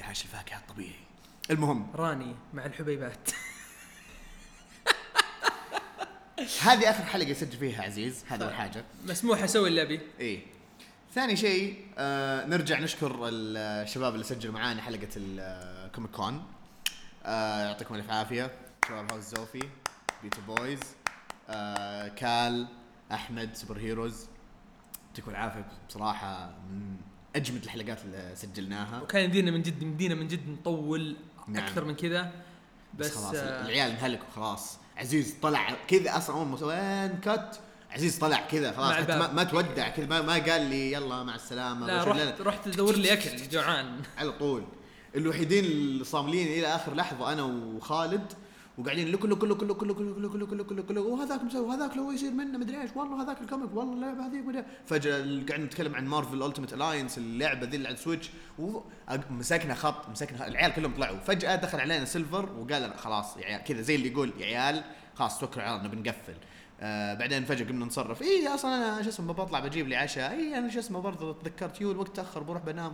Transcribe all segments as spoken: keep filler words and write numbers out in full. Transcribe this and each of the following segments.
حاشي الفاكهة الطبيعي. المهم راني مع الحبيبات. هذه آخر حلقة يسجل فيها عزيز، هذا أول حاجة. مسموح أسوي اللي إيه. ثاني شيء آه نرجع نشكر الشباب اللي سجلوا معانا حلقة الكوميك كون. آه يعطيكم الف عافية شباب هاوس زوفي، بيتو بويز، آه كال، أحمد، سوبر هيروز. يعطيكم العافية بصراحة، من أجمد الحلقات اللي سجلناها. وكان يدينا من جد مدينا من جد نطول نعم. أكثر من كذا بس, بس خلاص آه العيال انهلكوا خلاص. عزيز طلع كذا أصلا أول ما وين كت عزيز طلع كذا خلاص ما, ما تودع كذا ما, ما قال لي يلا مع السلامة. لا رحت رحت تدور لي أكل جوعان على طول. الوحيدين اللي صاملين إلى آخر لحظة أنا وخالد، وقاعدين لك لك لك لك لك لك لك لك لك لك وهذاك مسوي وهذاك لو يصير منه مدري ايش والله هذاك الكوميك والله اللعبه هذيك مدري. فجاه قاعدين نتكلم عن مارفل التيمت الاينس اللعبه ذي اللي على السويتش ومسكنا خط مسكنا العيال كلهم طلعوا. فجاه دخل علينا سيلفر وقال خلاص يا عيال كذا زي اللي يقول يا عيال خلاص توكلوا على الله بنقفل. آه بعدين فجاه قمنا نتصرف. ايه اصلا انا شو اسمه بطلع بجيب لي عشاء. ايه انا شو اسمه برضه تذكرت يو الوقت تاخر بروح بنام.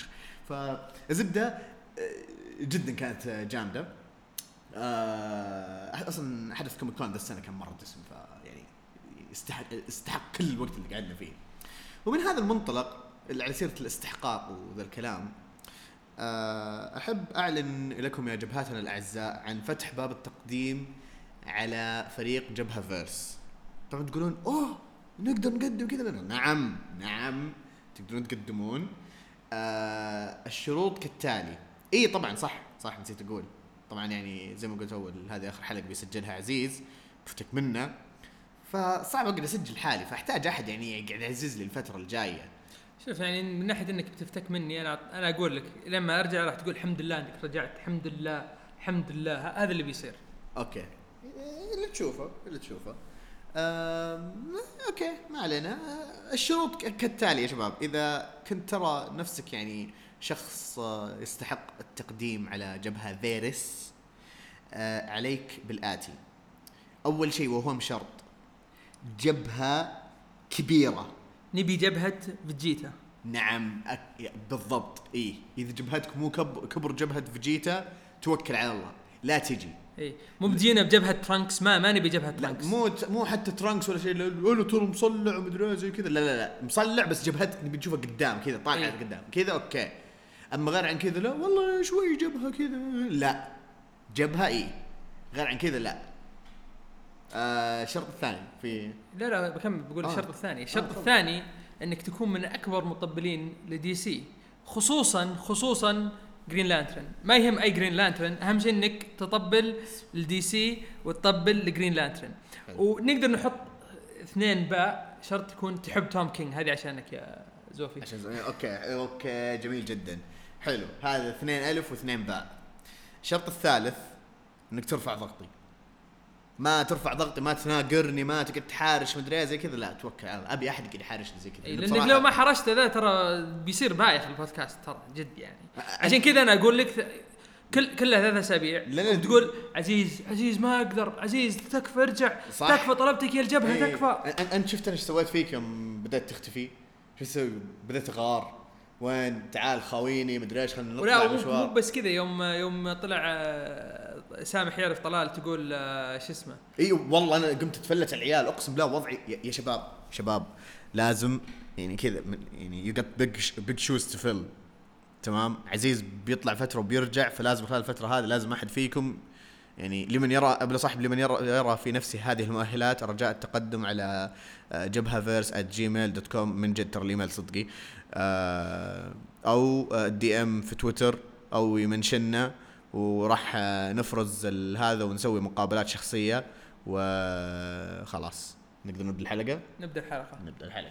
فزبده جدا كانت جامده. آه اصلا حدث كوميك كون ذا السنه كان مره دسم، فيعني يستحق استحق كل الوقت اللي قعدنا فيه. ومن هذا المنطلق اللي على سيره الاستحقاق وذا الكلام، آه احب اعلن لكم يا جبهاتنا الاعزاء عن فتح باب التقديم على فريق جبهه فيرس. طبعا تقولون اوه نقدر نقدم كذا. نعم نعم تقدرون تقدمون. آه الشروط كالتالي. اي طبعا صح صح نسيت اقول طبعا يعني زي ما قلت اول هذه اخر حلقه بيسجلها عزيز بفتك منه، فصعب اقدر اسجل حالي، فاحتاج احد يعني يقعد يعزز لي الفتره الجايه. شوف يعني من ناحيه انك بتفتك مني انا انا اقول لك لما ارجع راح تقول الحمد لله انك رجعت، الحمد لله الحمد لله هذا اللي بيصير. اوكي اللي تشوفه اللي تشوفه أه... اوكي ما علينا. الشروط كالتالي يا شباب. اذا كنت ترى نفسك يعني شخص يستحق التقديم على جبهة فيرس، آه عليك بالآتي. أول شيء وهو شرط جبهة كبيرة. نبي جبهة فيجيتا. نعم أك... بالضبط. إيه إذا جبهتك مو كب... كبر جبهة فيجيتا توكل على الله لا تجي. إيه مو بجينا بجبهة ترانكس، ما ما نبي جبهة ترانكس. مو مو حتى ترانكس ولا شيء. لا ترى مصلع ومدري زي كذا. لا لا لا مصلع بس جبهتك نبي نشوفها قدام كذا طالعة إيه؟ قدام كذا أوكي. أما غير عن كذا لا والله شوي جبهة كذا لا جبهة إيه غير عن كذا لا. آه الشرط الثاني في لا لا بكمل بقول آه. الشرط الثاني الشرط آه الثاني أنك تكون من أكبر مطبلين لدي سي، خصوصا خصوصا جرين لانترن. ما يهم أي جرين لانترن، أهم شيء أنك تطبل لدي سي وتطبل لجرين لانترن. ونقدر نحط اثنين باء شرط تكون تحب توم كينج، هذه عشانك يا زوفي. عشان زوفي. أوكي أوكي جميل جدا حلو. هذا اثنين ألف واثنين باء. الشرط الثالث انك ترفع ضغطي. ما ترفع ضغطي ما تناقرني ما تقعد تحارش مدري زي كذا لا توكل على ابي احد يقعد يحارش زي كذا. لانك لو ما حرشت ذا ترى بيصير بايخ البودكاست ترى جد يعني. عشان كذا انا اقول لك كل كلها ثلاث اسابيع تقول عزيز عزيز ما اقدر عزيز تكفى ارجع تكفى طلبتك يا الجبهه ايه. تكفى. انت شفت ايش سويت فيك يوم بدأت تختفي؟ شو تسوي؟ بدأت غار وين تعال خاويني مدري ايش خلينا نطلع مشوار. مو بس كذا يوم يوم طلع سامح يعرف طلال تقول شو اسمه. اي والله انا قمت اتفلت العيال اقسم بالله وضعي يا شباب شباب لازم يعني كذا يعني you got big big shoes to fill. تمام عزيز بيطلع فتره وبيرجع فلازم خلال الفتره هذه لازم احد فيكم يعني لمن يرى قبل صاحب لمن يرى, يرى في نفسه هذه المؤهلات رجاء التقدم على جبهة فيرس at جيميل دوت كوم. من جد ترى الايميل صدقي او دي ام في تويتر او يمنشنا وراح نفرز هذا ونسوي مقابلات شخصية وخلاص. نقدر نبدأ الحلقة نبدأ الحلقة نبدأ الحلقة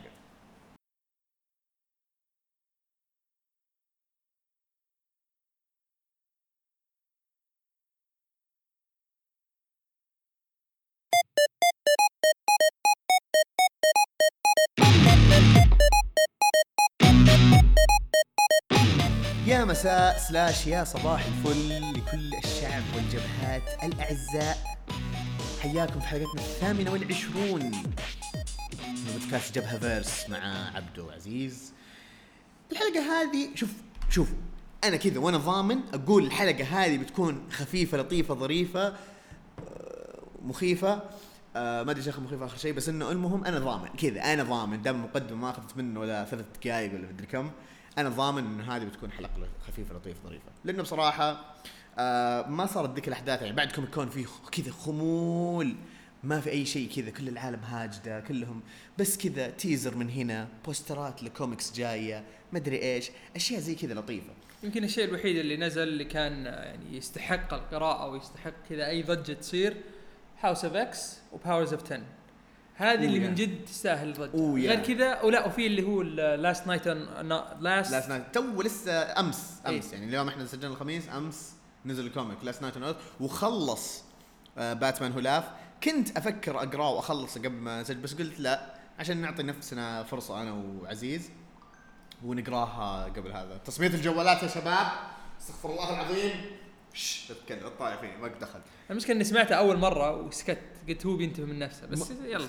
يا مساء سلاش يا صباح الفل لكل الشعب والجبهات الأعزاء. حياكم في حلقتنا الثامنة والعشرون من بودكاست جبهة فيرس مع عبدو وعزيز. الحلقة هذه شوف شوفوا انا كذا وانا ضامن اقول الحلقه هذه بتكون خفيفه لطيفه ظريفه مخيفه، آه ما ادري شيخ مخيفه اخر شيء، بس انه المهم انا ضامن كذا، انا ضامن دام مقدمه ما اخذت منه ولا ثلاث دقائق ولا مدري كم، انا ضامن ان هذه بتكون حلقه خفيفه لطيفه ظريفه. لانه بصراحه آه ما صارت ذيك الاحداث يعني بعد كوميك كون فيه كذا خمول، ما في اي شيء كذا، كل العالم هاجده كلهم بس كذا تيزر من هنا، بوسترات لكوميكس جايه ما ادري ايش، اشياء زي كذا لطيفه. يمكن الشيء الوحيد اللي نزل اللي كان يعني يستحق القراءة ويستحق كذا أي ضجة تصير هاوس اوف اكس وباورز اوف عشرة، هذه اللي من جد تستاهل الضجة. غير كذا ولا وفي اللي هو لاست نايت لاست لاست نايت تو لسه امس امس ايه؟ يعني اليوم احنا سجلنا الخميس، امس نزل الكوميك لاست نايت وخلص آه باتمان هولاف. كنت افكر اقراه واخلصه قبل ما اسجل، بس قلت لا عشان نعطي نفسنا فرصة انا وعزيز ونقراها قبل هذا. تصميم الجوالات يا شباب، استغفر الله العظيم، شش تتكلم الطايح فيني ما دخل. المشكلة اني سمعته اول مرة وسكت، قلت هو بينتهي من نفسه بس م... يلا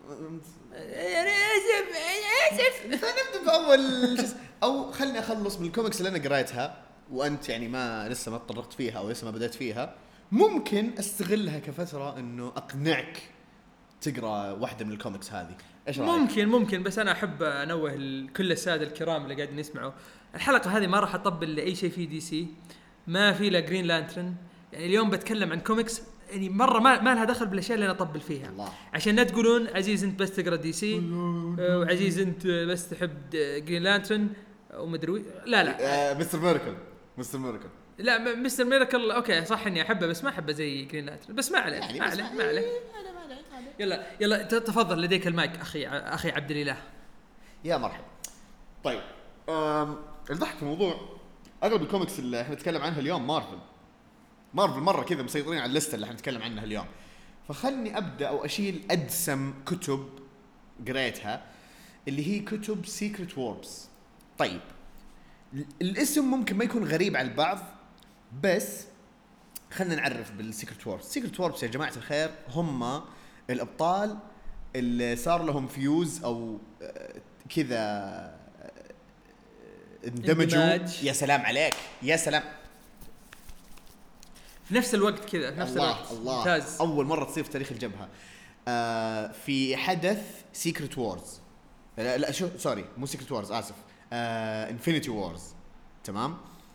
انا اسف انا اسف فنبدا باول او خلني اخلص من الكوميكس اللي انا قريتها وانت يعني ما لسه ما تطرقت فيها او لسه ما بدأت فيها، ممكن استغلها كفترة انه اقنعك تقرا واحدة من الكوميكس هذه. ممكن ممكن بس انا احب انوه لكل الساده الكرام اللي قاعدين يسمعوا الحلقه هذه ما راح اطبل لاي شيء في دي سي، ما في لا جرين لانترن. يعني اليوم بتكلم عن كوميكس يعني مره ما, ما لها دخل بالاشياء اللي انا اطبل فيها الله. عشان لا تقولون عزيز انت بس تقرا دي سي وعزيز انت بس تحب جرين لانترن ومدري لا لا آه مستر ميراكل مستر ميراكل لا مستر ميراكل اوكي صح اني احبه بس ما احبه زي جرين لانترن، بس ما عليه يعني ما عليه ما عليه يلا يلا تفضل لديك المايك اخي اخي عبد الاله. يا مرحبا. طيب امم الضحك في الموضوع اغلب الكوميكس اللي احنا نتكلم عنها اليوم مارفل مارفل مره كذا مسيطرين على الليسته اللي احنا نتكلم عنها اليوم، فخلني ابدا او اشيل ادسم كتب قريتها اللي هي كتب سيكريت ووربس. طيب الاسم ممكن ما يكون غريب على البعض بس خلنا نعرف بالسيكريت ووربس. سيكريت ووربس يا جماعه الخير هم الابطال اللي صار لهم فيوز او كذا اندمجوا. يا سلام عليك يا سلام، في نفس الوقت كذا في نفس الله الوقت الله ممتاز. اول مره تصير في تاريخ الجبهه آه في حدث سيكريت وورز، لا, لا شو سوري مو سيكريت وورز اسف انفينيتي وورز تمام.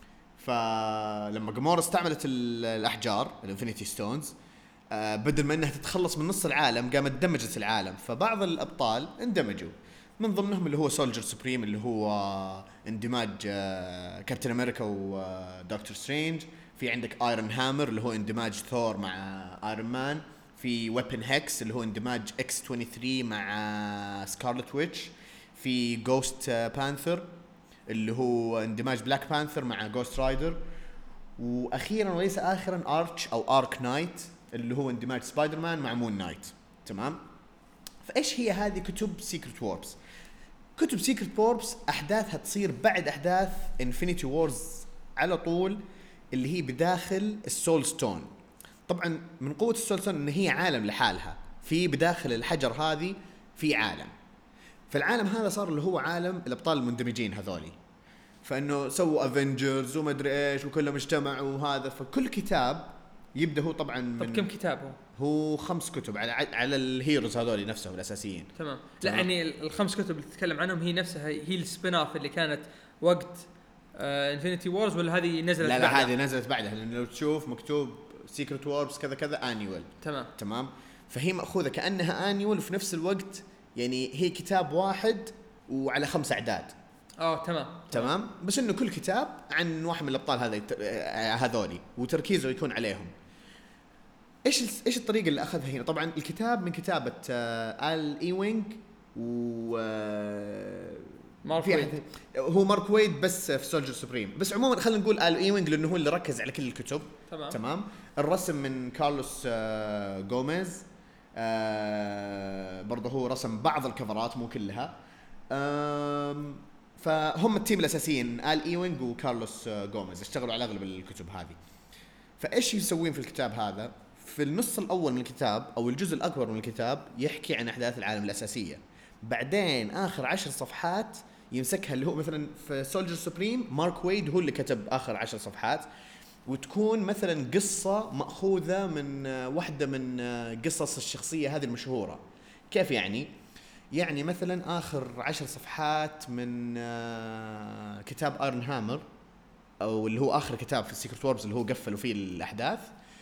فلما جامورا استعملت الاحجار الانفينيتي ستونز آه بدل ما انها تتخلص من نص العالم قامت دمجت العالم، فبعض الابطال اندمجوا من ضمنهم اللي هو سولجر سوبريم اللي هو اندماج آه كابتن امريكا ودكتور سترينج. في عندك ايرون هامر اللي هو اندماج ثور مع ايرون مان. في ويبن هيكس اللي هو اندماج اكس ثلاثة وعشرين مع سكارلت ويتش. في جوست بانثر اللي هو اندماج بلاك بانثر مع جوست رايدر. واخيرا وليس اخرا ارتش او ارك نايت اللي هو اندماج سبايدر مان مع مون نايت تمام. فايش هي هذه كتب سيكريت ووربس؟ كتب سيكريت ووربس احداثها تصير بعد احداث انفينيتي وورز على طول، اللي هي بداخل السول ستون. طبعا من قوة السول ستون ان هي عالم لحالها، في بداخل الحجر هذه في عالم، فالعالم هذا صار اللي هو عالم الابطال المندمجين هذولي، فانه سووا افنجرز وما ادري ايش وكلهم اجتمعوا وهذا. فكل كتاب يبدا هو طبعا من طب كم كتاب هو؟ هو خمس كتب على على الهيروز هذولي نفسهم الاساسيين. تمام. لا يعني الخمس كتب اللي تتكلم عنهم هي نفسها هي السبين اوف اللي كانت وقت انفينيتي وورز ولا هذه نزلت لا لا هذه نزلت بعدها، لأنه لو تشوف مكتوب سيكريت ووربس كذا كذا انيوال تمام تمام. فهي مأخوذة كأنها انيوال وفي نفس الوقت يعني هي كتاب واحد وعلى خمس اعداد. اه تمام تمام. بس انه كل كتاب عن واحد من الابطال هذا هذولي وتركيزه يكون عليهم. ايش ايش الطريقه اللي اخذها هنا؟ طبعا الكتاب من كتابه آل ايوينغ و مارك ويد. هو مارك ويد بس في سولجر سوبريم، بس عموما خلينا نقول آل ايوينغ لانه هو اللي ركز على كل الكتب. تمام تمام. الرسم من كارلوس آه غوميز آه برضه هو رسم بعض الكفرات مو كلها. فهم التيم الاساسيين آل ايوينغ وكارلوس آه غوميز اشتغلوا على اغلب الكتب هذه. فايش يسوون في الكتاب هذا؟ في النص الاول من الكتاب او الجزء الاكبر من الكتاب يحكي عن احداث العالم الاساسيه، بعدين اخر عشر صفحات يمسكها، اللي هو مثلا في سولجر سوبريم مارك ويد هو اللي كتب آخر عشر صفحات، وتكون مثلا قصة مأخوذة من واحدة من قصص الشخصية هذه المشهورة. كيف يعني؟ يعني مثلا آخر عشر صفحات من كتاب آيرون هامر، أو اللي هو آخر كتاب في السيكرت ووربز اللي هو قفلوا فيه الأحداث،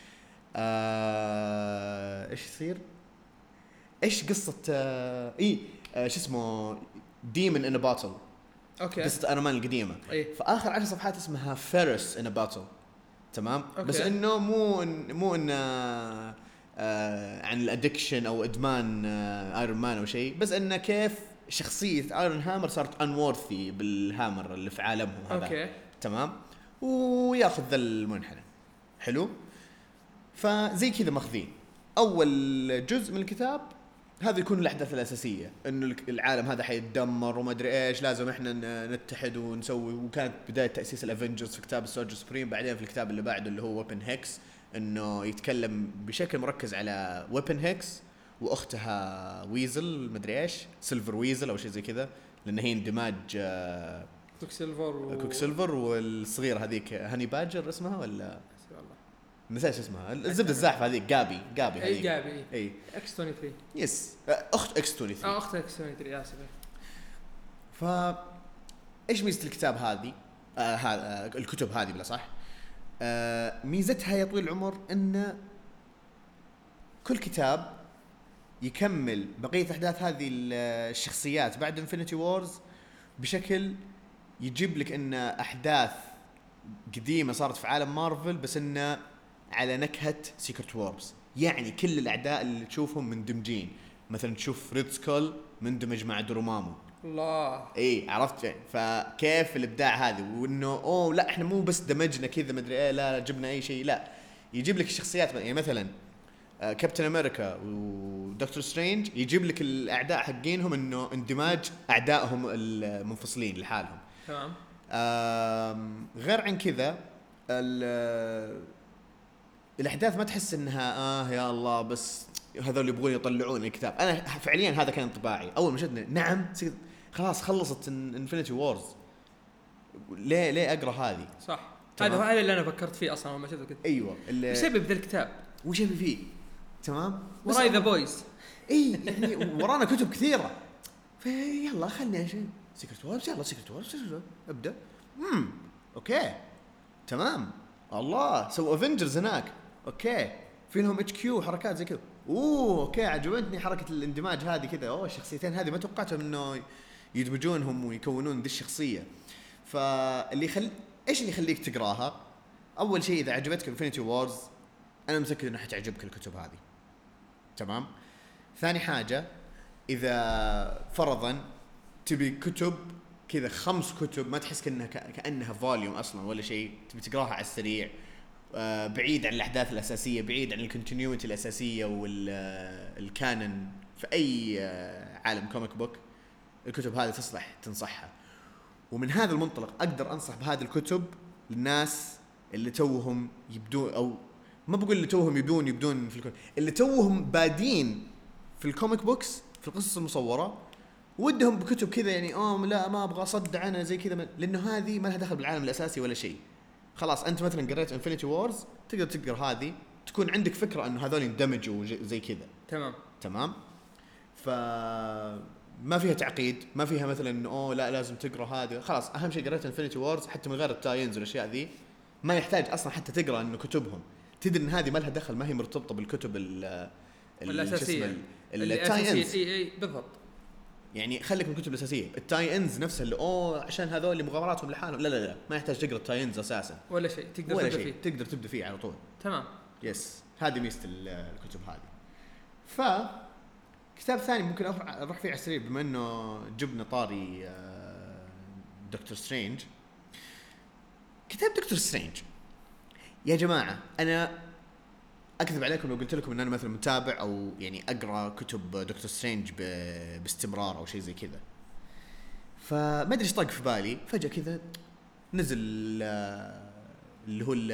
آه إيش يصير؟ إيش قصة آه إيه آه شو اسمه ديمون إن باتل، اوكي قصة ايرون مان القديمة. إيه؟ فآخر عشر صفحات اسمها فيرس إن باتل، تمام. أوكي. بس إنه مو إن مو إنه آه عن الادكشن أو إدمان آه ايرون مان أو شيء، بس إنه كيف شخصية ايرون هامر صارت انورثي بالهامر اللي في عالمهم هذا. اوكي تمام. وياخذ ذا المنحنى. حلو. فزي كذا ماخذين اول جزء من الكتاب، هذا يكون الاحداث الاساسيه، انه العالم هذا حيتدمر وما ادري ايش، لازم احنا نتحد ونسوي. وكانت بدايه تاسيس الافنجرز في كتاب السولجر سبريم. بعدين في الكتاب اللي بعده اللي هو ويبن هيكس، انه يتكلم بشكل مركز على ويبن هيكس واختها ويزل، ما ادري ايش، سيلفر ويزل او شيء زي كذا، لان هي اندماج كوك سيلفر و... كوك سيلفر والصغيره هذيك هاني باجر اسمها ولا نسيت اسمها، الزبده الزاحفه هذيك جابي جابي اي جابي اي اكس ثلاثة وعشرين يس اخت اكس ثلاثة وعشرين اه اخت اكس ثلاثة وعشرين اسف. ف ايش ميزه الكتاب هذه آه هذا آه الكتب هذه بلا صح آه ميزتها يا طويل العمر ان كل كتاب يكمل بقيه احداث هذه الشخصيات بعد انفينيتي وورز بشكل يجيب لك ان احداث قديمه صارت في عالم مارفل، بس انه على نكهه سيكرت ووربز. يعني كل الاعداء اللي تشوفهم مندمجين، مثلا تشوف ريد سكول مندمج مع درومامو. الله اي عرفت. فكيف الابداع هذا، وانه اوه لا احنا مو بس دمجنا كذا ما ادري ايه، لا جبنا اي شيء، لا يجيب لك الشخصيات. يعني مثلا كابتن امريكا ودكتور سترينج يجيب لك الاعداء حقينهم انه اندماج اعدائهم المنفصلين لحالهم. تمام. غير عن كذا الاحداث ما تحس انها اه يا الله بس هذول يبغون يطلعون الكتاب. انا فعليا هذا كان انطباعي اول ما شفنا. نعم خلاص خلصت انفينيتي وورز، ليه ليه اقرا هذه؟ صح. هذا هذا اللي انا فكرت فيه اصلا لما شفته كنت ايوه ايش يبي بذا الكتاب، وش يبي فيه. تمام. وراي ذا بويز اي يعني ورانا كتب كثيره، فيلا خلني اشوف سيكرت وورز. يلا سيكرت وورز ابدا. امم اوكي تمام. الله سووا افنجرز هناك، اوكي في لهم اتش كيو حركات زي كذا. اوه اوكي عجبتني حركه الاندماج هذه كذا. اوه الشخصيتين هذه ما توقعتهم انه يدمجونهم ويكونون ذي الشخصيه. فاللي خل ايش اللي يخليك تقراها؟ اول شيء اذا عجبتك انفينيتي وورز انا متاكد انه حتعجبك الكتب هذه. تمام. ثاني حاجه اذا فرضا تبي كتب كذا خمس كتب ما تحس كأنها كأنها فوليوم أصلاً ولا شيء، تبي تقراها على السريع آه بعيد عن الأحداث الأساسية، بعيد عن الكونتينيوتي الأساسية والكانون في أي آه عالم كوميك بوك، الكتب هذه تصلح تنصحها. ومن هذا المنطلق أقدر أنصح بهذه الكتب للناس اللي توهم يبدون، أو ما بقول اللي توهم يبدون يبدون في الكوميك، اللي توهم بادين في الكوميك بوكس في القصص المصورة ودهم بكتب كذا يعني اه لا ما ابغى اصدع انا زي كذا، لانه هذه ما لها دخل بالعالم الاساسي ولا شيء. خلاص انت مثلا قريت انفينيتي وورز تقدر تقرا هذه تكون عندك فكره انه هذول يندمجوا زي كذا. تمام تمام. ف ما فيها تعقيد، ما فيها مثلا انه اوه لا لازم تقرا هذه. خلاص اهم شيء قريت انفينيتي وورز حتى من غير التاينز والاشياء ذي ما يحتاج اصلا حتى تقرا انه كتبهم، تدري ان هذه ما لها دخل، ما هي مرتبطه بالكتب الاساسيه التاينز. اي اي بالضبط. يعني خليك من الكتب الاساسيه. التاي انز نفسها اللي اوه عشان هذول اللي مغامراتهم لحالهم، لا لا لا ما يحتاج تقرا التاي انز اساسا ولا شيء، تقدر ولا تبدا شيء. فيه تقدر تبدا فيه على طول. تمام. يس هذه ميزه الكتب هذه. ف كتاب ثاني ممكن اروح فيه على السريع بما انه جبنا طاري دكتور سترينج. كتاب دكتور سترينج يا جماعه انا اكذب عليكم لو قلت لكم ان انا مثلا متابع او يعني اقرا كتب دكتور سترينج باستمرار او شيء زي كذا. فما ادري ايش طق في بالي فجاه كذا نزل اللي هو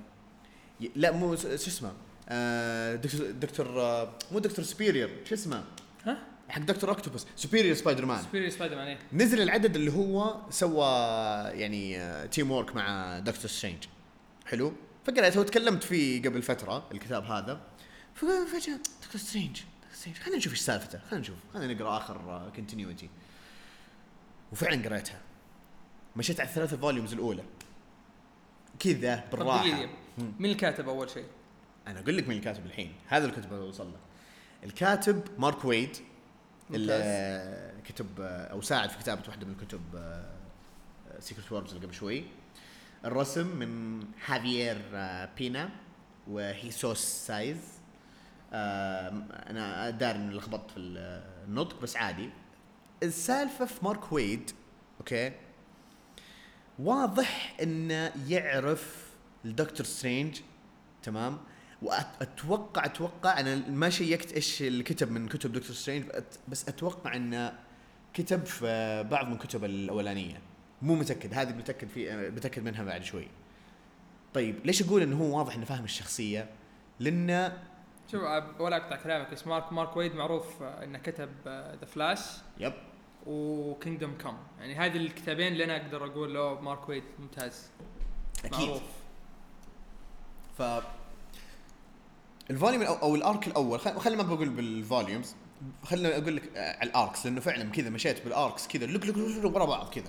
لا مو شو اسمه دكتور دكتور مو دكتور سبيرير، شو اسمه ها حق دكتور اوكتوبس سوبيريور سبايدر مان سبيري سبايدر مان إيه. نزل العدد اللي هو سوى يعني تيم وورك مع دكتور سترينج. حلو. فقرأت وتكلمت فيه قبل فترة الكتاب هذا. ففجأة دكتور سترينج خلينا نشوف ايش سالفته خلينا نشوف خلينا نقرأ آخر كونتينيوتي. وفعلا قرأتها مشيت على الثلاثة فوليومز الأولى كذا بالراحة. مين الكاتب أول شيء؟ أنا أقول لك مين الكاتب الحين. هذا الكتب اللي وصل له الكاتب مارك ويد اللي كتب أو ساعد في كتابة واحدة من الكتب سيكريت وورمز اللي قبل شوي. الرسم من هافيير بينا وهيسوس سايز. أنا داري إن لخبطت في النطق بس عادي. السالفة في مارك ويد أوكي واضح إنه يعرف الدكتور سترينج تمام. وأتوقع أتوقع أنا ما شيكت إيش الكتب من كتب دكتور سترينج بس أتوقع إنه كتب في بعض من كتب الأولانية مو متأكد. هذه متأكد في متأكد منها بعد شوي. طيب ليش أقول إنه هو واضح إنه فاهم الشخصية؟ لأنه شوف ولا أقطع كلامك بس مارك مارك ويد معروف إنه كتب ذا فلاش يب وكينجدوم كم يعني هذه الكتابين اللي أنا أقدر أقول له مارك ويد ممتاز أكيد. معروف. ف الفوليوم أو, أو الارك الاول خلينا ما بقول بالفوليومز خلينا اقول لك على الاركس لانه فعلا كذا مشيت بالاركس كذا لك لك لك ورا بعض كذا.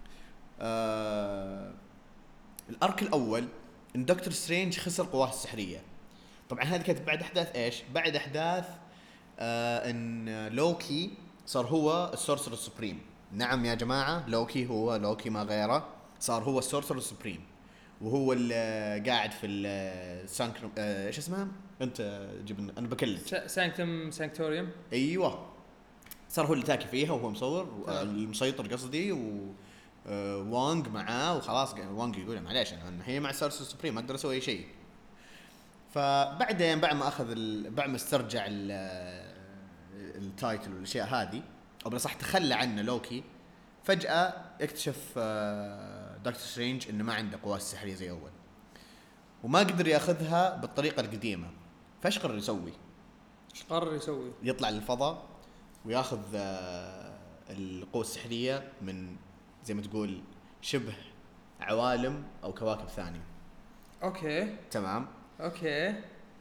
آه الارك الاول ان دكتور سترينج خسر قواه السحريه. طبعا هذه كانت بعد احداث ايش؟ بعد احداث آه ان لوكي صار هو السورسر السوبريم. نعم يا جماعه لوكي هو لوكي ما غيره صار هو السورسر السوبريم وهو اللي قاعد في السانكروم ايش آه اسمها انت جبن انا بكلم سانكتوم سانكتوريوم. ايوه صار هو اللي تاكي فيها وهو مصور المسيطر قصدي ووانغ معاه وخلاص وانغ يقول معليش انا هي مع السورسر السوبريم ما اقدر اسوي اي شيء. فبعدين بعد ما اخذ بعد ما استرجع التايتل والاشياء هذه او بصح تخلى عنه لوكي فجأة اكتشف دكتور سترينج انه ما عنده قوات سحرية زي اول وما قدر ياخذها بالطريقة القديمة. فايش قرر يسوي؟ ايش قرر يسوي؟ يطلع للفضاء وياخذ القوة السحرية من زي ما تقول شبه عوالم او كواكب ثانية. اوكي تمام اوكي.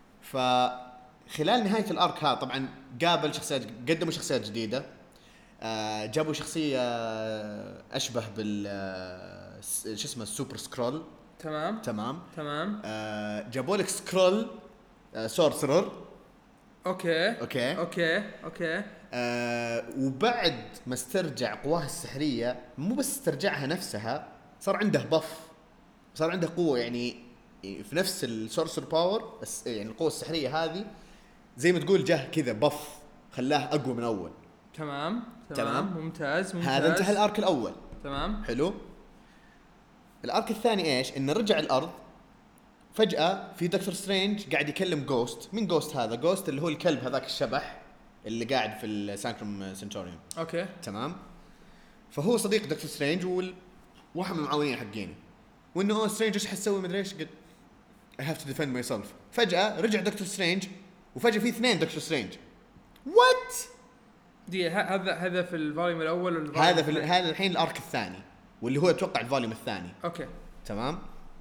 فخلال نهاية الارك ها طبعا قابل شخصيات قدموا شخصيات جديدة. آه جابوا شخصية أشبه بال شو اسمه السوبر سكرول. تمام تمام تمام. آه جابوا لك سكرول آه سورسرر. أوكي أوكي أوكي أوكي. آه وبعد ما استرجع قواه السحرية مو بس استرجعها نفسها صار عنده بف صار عنده قوة يعني في نفس السورسر باور يعني القوة السحرية هذه زي ما تقول جاه كذا بف خلاه أقوى من أول. تمام تمام ممتاز ممتاز. هذا انتهى الارك الاول. تمام حلو. الارك الثاني ايش؟ انه رجع الارض فجأة في دكتور سترينج قاعد يكلم جوست. مين جوست هذا؟ جوست اللي هو الكلب هذاك الشبح اللي قاعد في السانكروم سنتوريوم. اوكي تمام. فهو صديق دكتور سترينج وواحد من المعاونين حقينه وانه سترينج ايش حتسوي مدري ايش قد I have to defend myself. فجأة رجع دكتور سترينج وفجأة في اثنين دكتور سترينج. وات دي هذا هذا في الفوليوم الاول ولا هذا في هذا الحين الارك الثاني واللي هو اتوقع الفوليوم الثاني. اوكي تمام.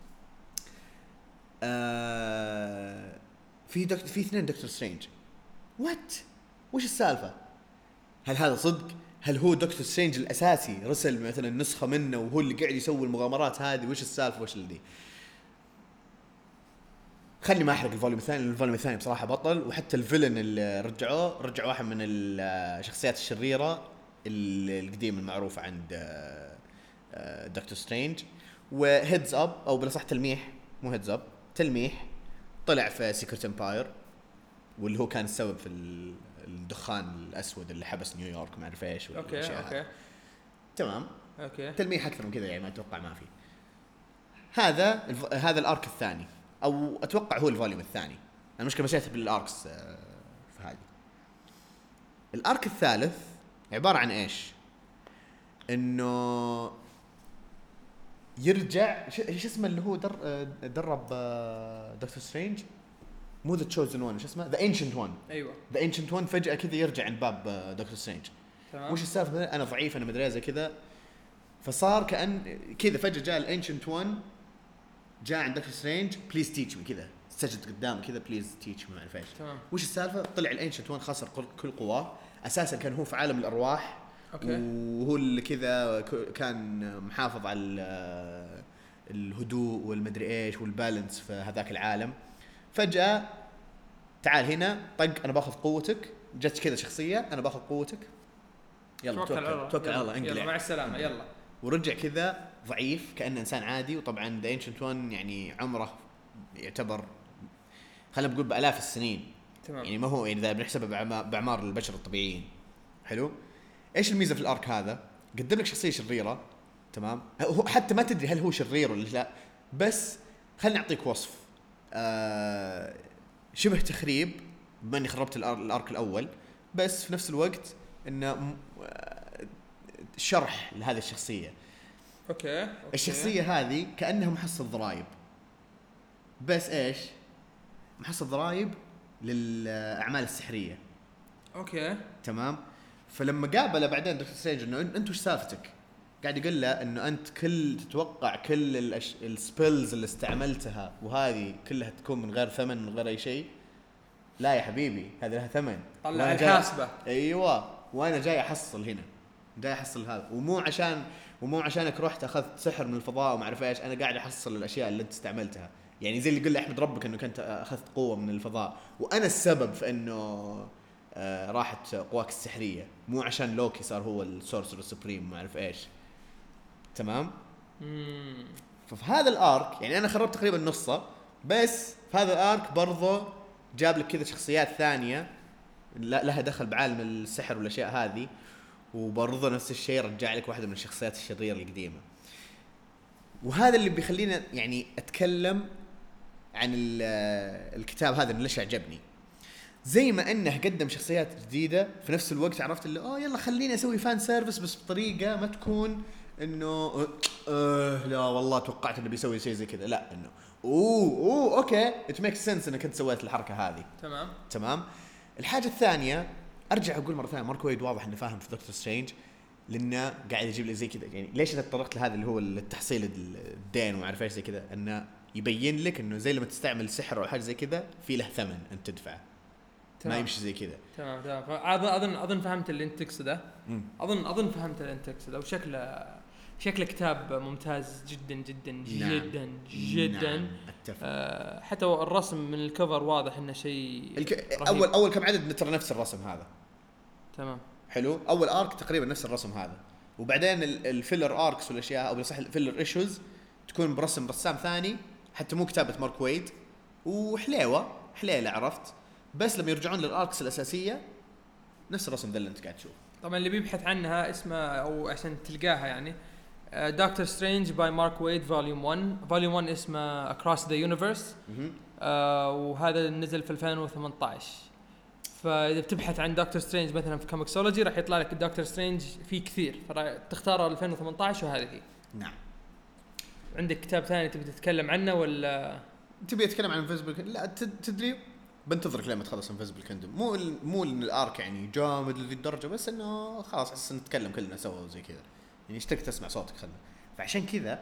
آه في دكتور في اثنين دكتور سترينج. وات وش السالفه؟ هل هذا صدق؟ هل هو دكتور سترينج الاساسي رسل مثلا نسخه منه وهو اللي قاعد يسوي المغامرات هذه؟ وش السالفه وش اللي دي؟ خلني ما احرق الفوليوم الثاني. الفوليوم الثاني بصراحه بطل وحتى الفيلن اللي رجعوه رجع واحد من الشخصيات الشريره القديمه المعروفه عند دكتور سترينج. وهيدز اب او بلا صح تلميح مو هيدز اب تلميح طلع في سيكريت امباير واللي هو كان السبب في الدخان الاسود اللي حبس نيويورك ما اعرف ايش. اوكي اوكي تمام اوكي. تلميح اكثر من كذا يعني ما اتوقع ما في. هذا الف... هذا الارك الثاني او اتوقع هو الفوليوم الثاني. انا مشكله مشيت بالاركس في هذه. الارك الثالث عباره عن ايش؟ انه يرجع ايش اسمه اللي هو در... درب دكتور سترينج مو ذا تشوزن وان، شو اسمه، ذا انشنت وان. ايوه ذا انشنت وان فجاه كذا يرجع عند باب دكتور سترينج. تمام. وش السالفه؟ انا ضعيف، انا مدري زي كذا. فصار كأن كذا فجاه جاء الانشنت وان جاء عند دكتور سترينج، بليز تيتش مي كذا، سجد قدام كذا بليز تيتش ما اعرف ايش. تمام. وش السالفه؟ طلع الانشنت وان خسر كل قواه، اساسا كان هو في عالم الارواح. اوكي. وهو اللي كذا كان محافظ على الهدوء والمدري ايش والبالانس في هذاك العالم. فجاه تعال هنا طق، انا باخذ قوتك. جت كذا شخصيه، انا باخذ قوتك، يلا توكل توكل على الله، يلا مع السلامه يلا. ورجع كذا ضعيف كأنه إنسان عادي. وطبعا ذا انشنت وان يعني عمره يعتبر خلينا نقول بآلاف السنين. تمام. يعني ما هو يعني إذا بنحسبه بأعمار البشر الطبيعيين. حلو. إيش الميزة في الأرك هذا؟ قدم لك شخصية شريرة، تمام، هو حتى ما تدري هل هو شرير ولا لا، بس خليني أعطيك وصف. آه شبه تخريب بما إني خربت الأرك الأول، بس في نفس الوقت إنه شرح لهذه الشخصية. أوكي. أوكي. الشخصية هذه كأنها محصل ضرائب، بس إيش؟ محصل ضرائب للأعمال السحرية. أوكي. تمام. فلما قابله بعدين دكتور سترينج إنه أنت وش سالفتك؟ قاعد يقول له إنه أنت كل تتوقع كل الأش... السبيلز اللي استعملتها وهذه كلها تكون من غير ثمن، من غير أي شيء. لا يا حبيبي، هذا لها ثمن. طلع الحاسبة. أيوة، وأنا جاي أحصل هنا، جاي أحصل هذا، ومو عشان ومو عشانك رحت أخذت سحر من الفضاء وما أعرف إيش. أنا قاعد أحصل الأشياء اللي أنت استعملتها. يعني زي اللي يقول لي أحمد ربك إنه كنت أخذت قوة من الفضاء، وأنا السبب في إنه آه راحت قواك السحرية، مو عشان لوكي صار هو السورسر السوبريم ما أعرف إيش. تمام. مم. ففي هذا الآرك يعني أنا خربت تقريبا نصه، بس في هذا الآرك برضه جاب لك كذا شخصيات ثانية لها دخل بعالم السحر والأشياء هذه، وبرضه نفس الشيء رجع لك واحدة من الشخصيات الشريرة القديمة. وهذا اللي بيخلينا يعني أتكلم عن الكتاب هذا اللي ليش عجبني. زي ما أنه قدم شخصيات جديدة، في نفس الوقت عرفت اللي آه يلا خليني أسوي فان سيرفيس، بس بطريقة ما تكون إنه آه لا والله توقعت إنه بيسوي شيء زي كذا، لا إنه أوه أوه أوكي it makes sense إنك أنت سويت الحركة هذه. تمام. تمام. الحاجة الثانية أرجع أقول مرة ثانية، مارك وايد واضح إنه فاهم في دكتور سترينج، لأنه قاعد يجيب لي زي كذا. يعني ليش أنا تطرقت لهذا اللي هو التحصيل الدين وما أعرف إيش زي كذا، إنه يبين لك إنه زي لما تستعمل سحر أو حاجة زي كذا في له ثمن أنت تدفعه. ما يمشي زي كذا. تمام تمام. أظن أظن أظن فهمت اللي أنت تقصده. أظن أظن فهمت اللي أنت تقصده. وشكله شكل كتاب ممتاز جدا جدا جدا نعم. جدا نعم. آه حتى الرسم من الكفر واضح انه شيء الك... اول اول كم عدد ترى نفس الرسم هذا. تمام. حلو. اول ارك تقريبا نفس الرسم هذا، وبعدين الفيلر اركس والاشياء او صح الفيلر ايشوز تكون برسم رسام ثاني، حتى مو كتابه مارك وايد، وحليوه حليله عرفت. بس لما يرجعون للاركس الاساسيه نفس الرسم ذا اللي انت قاعد تشوف. طبعا اللي بيبحث عنها اسمه او عشان تلقاها يعني دكتور سترينج باي مارك وايد فوليوم واحد. فوليوم واحد اسمه Across the Universe. آه وهذا نزل في ألفين وثمانية عشر. فاذا بتبحث عن دكتور سترينج مثلا في كوميكسولوجي راح يطلع لك دكتور سترينج في كثير، فتختار ألفين وثمانية عشر وهذه هي. نعم. عندك كتاب ثاني تبي تتكلم عنه ولا تبي اتكلم عن Invisible Kingdom؟ لا تدري بنتظرك لما تخلص Invisible Kingdom. مو ال... مو ان الارك يعني جامد لذي الدرجه، بس انه خلاص احس نتكلم كلنا سوا وزي كذا، يعني اشتقت اسمع صوتك خلنا. فعشان كذا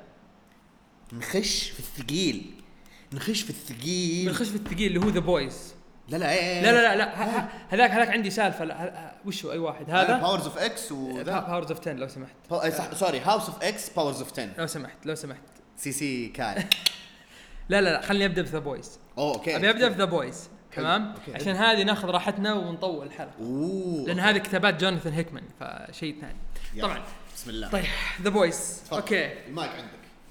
نخش في الثقيل نخش في الثقيل نخش في الثقيل اللي هو ذا بويز. لا لا ايه لا لا لا, لا. هذاك هذاك عندي سالفه. وش هو اي واحد هذا؟ باورز اوف اكس وذا باورز اوف عشرة لو سمحت. صح سوري هاوس اوف اكس باورز اوف عشرة لو سمحت لو سمحت سي سي كاي. لا لا لا خليني ابدا بذا بويز. اوكي ابي ابدا بذا بويز. تمام. عشان هذه ناخذ راحتنا ونطول الحلقه. اوه لان هذه كتابات جوناثان هيكمان فشيء ثاني طبعا. بسم الله. طيب ذا بويز اوكي المايك عندك.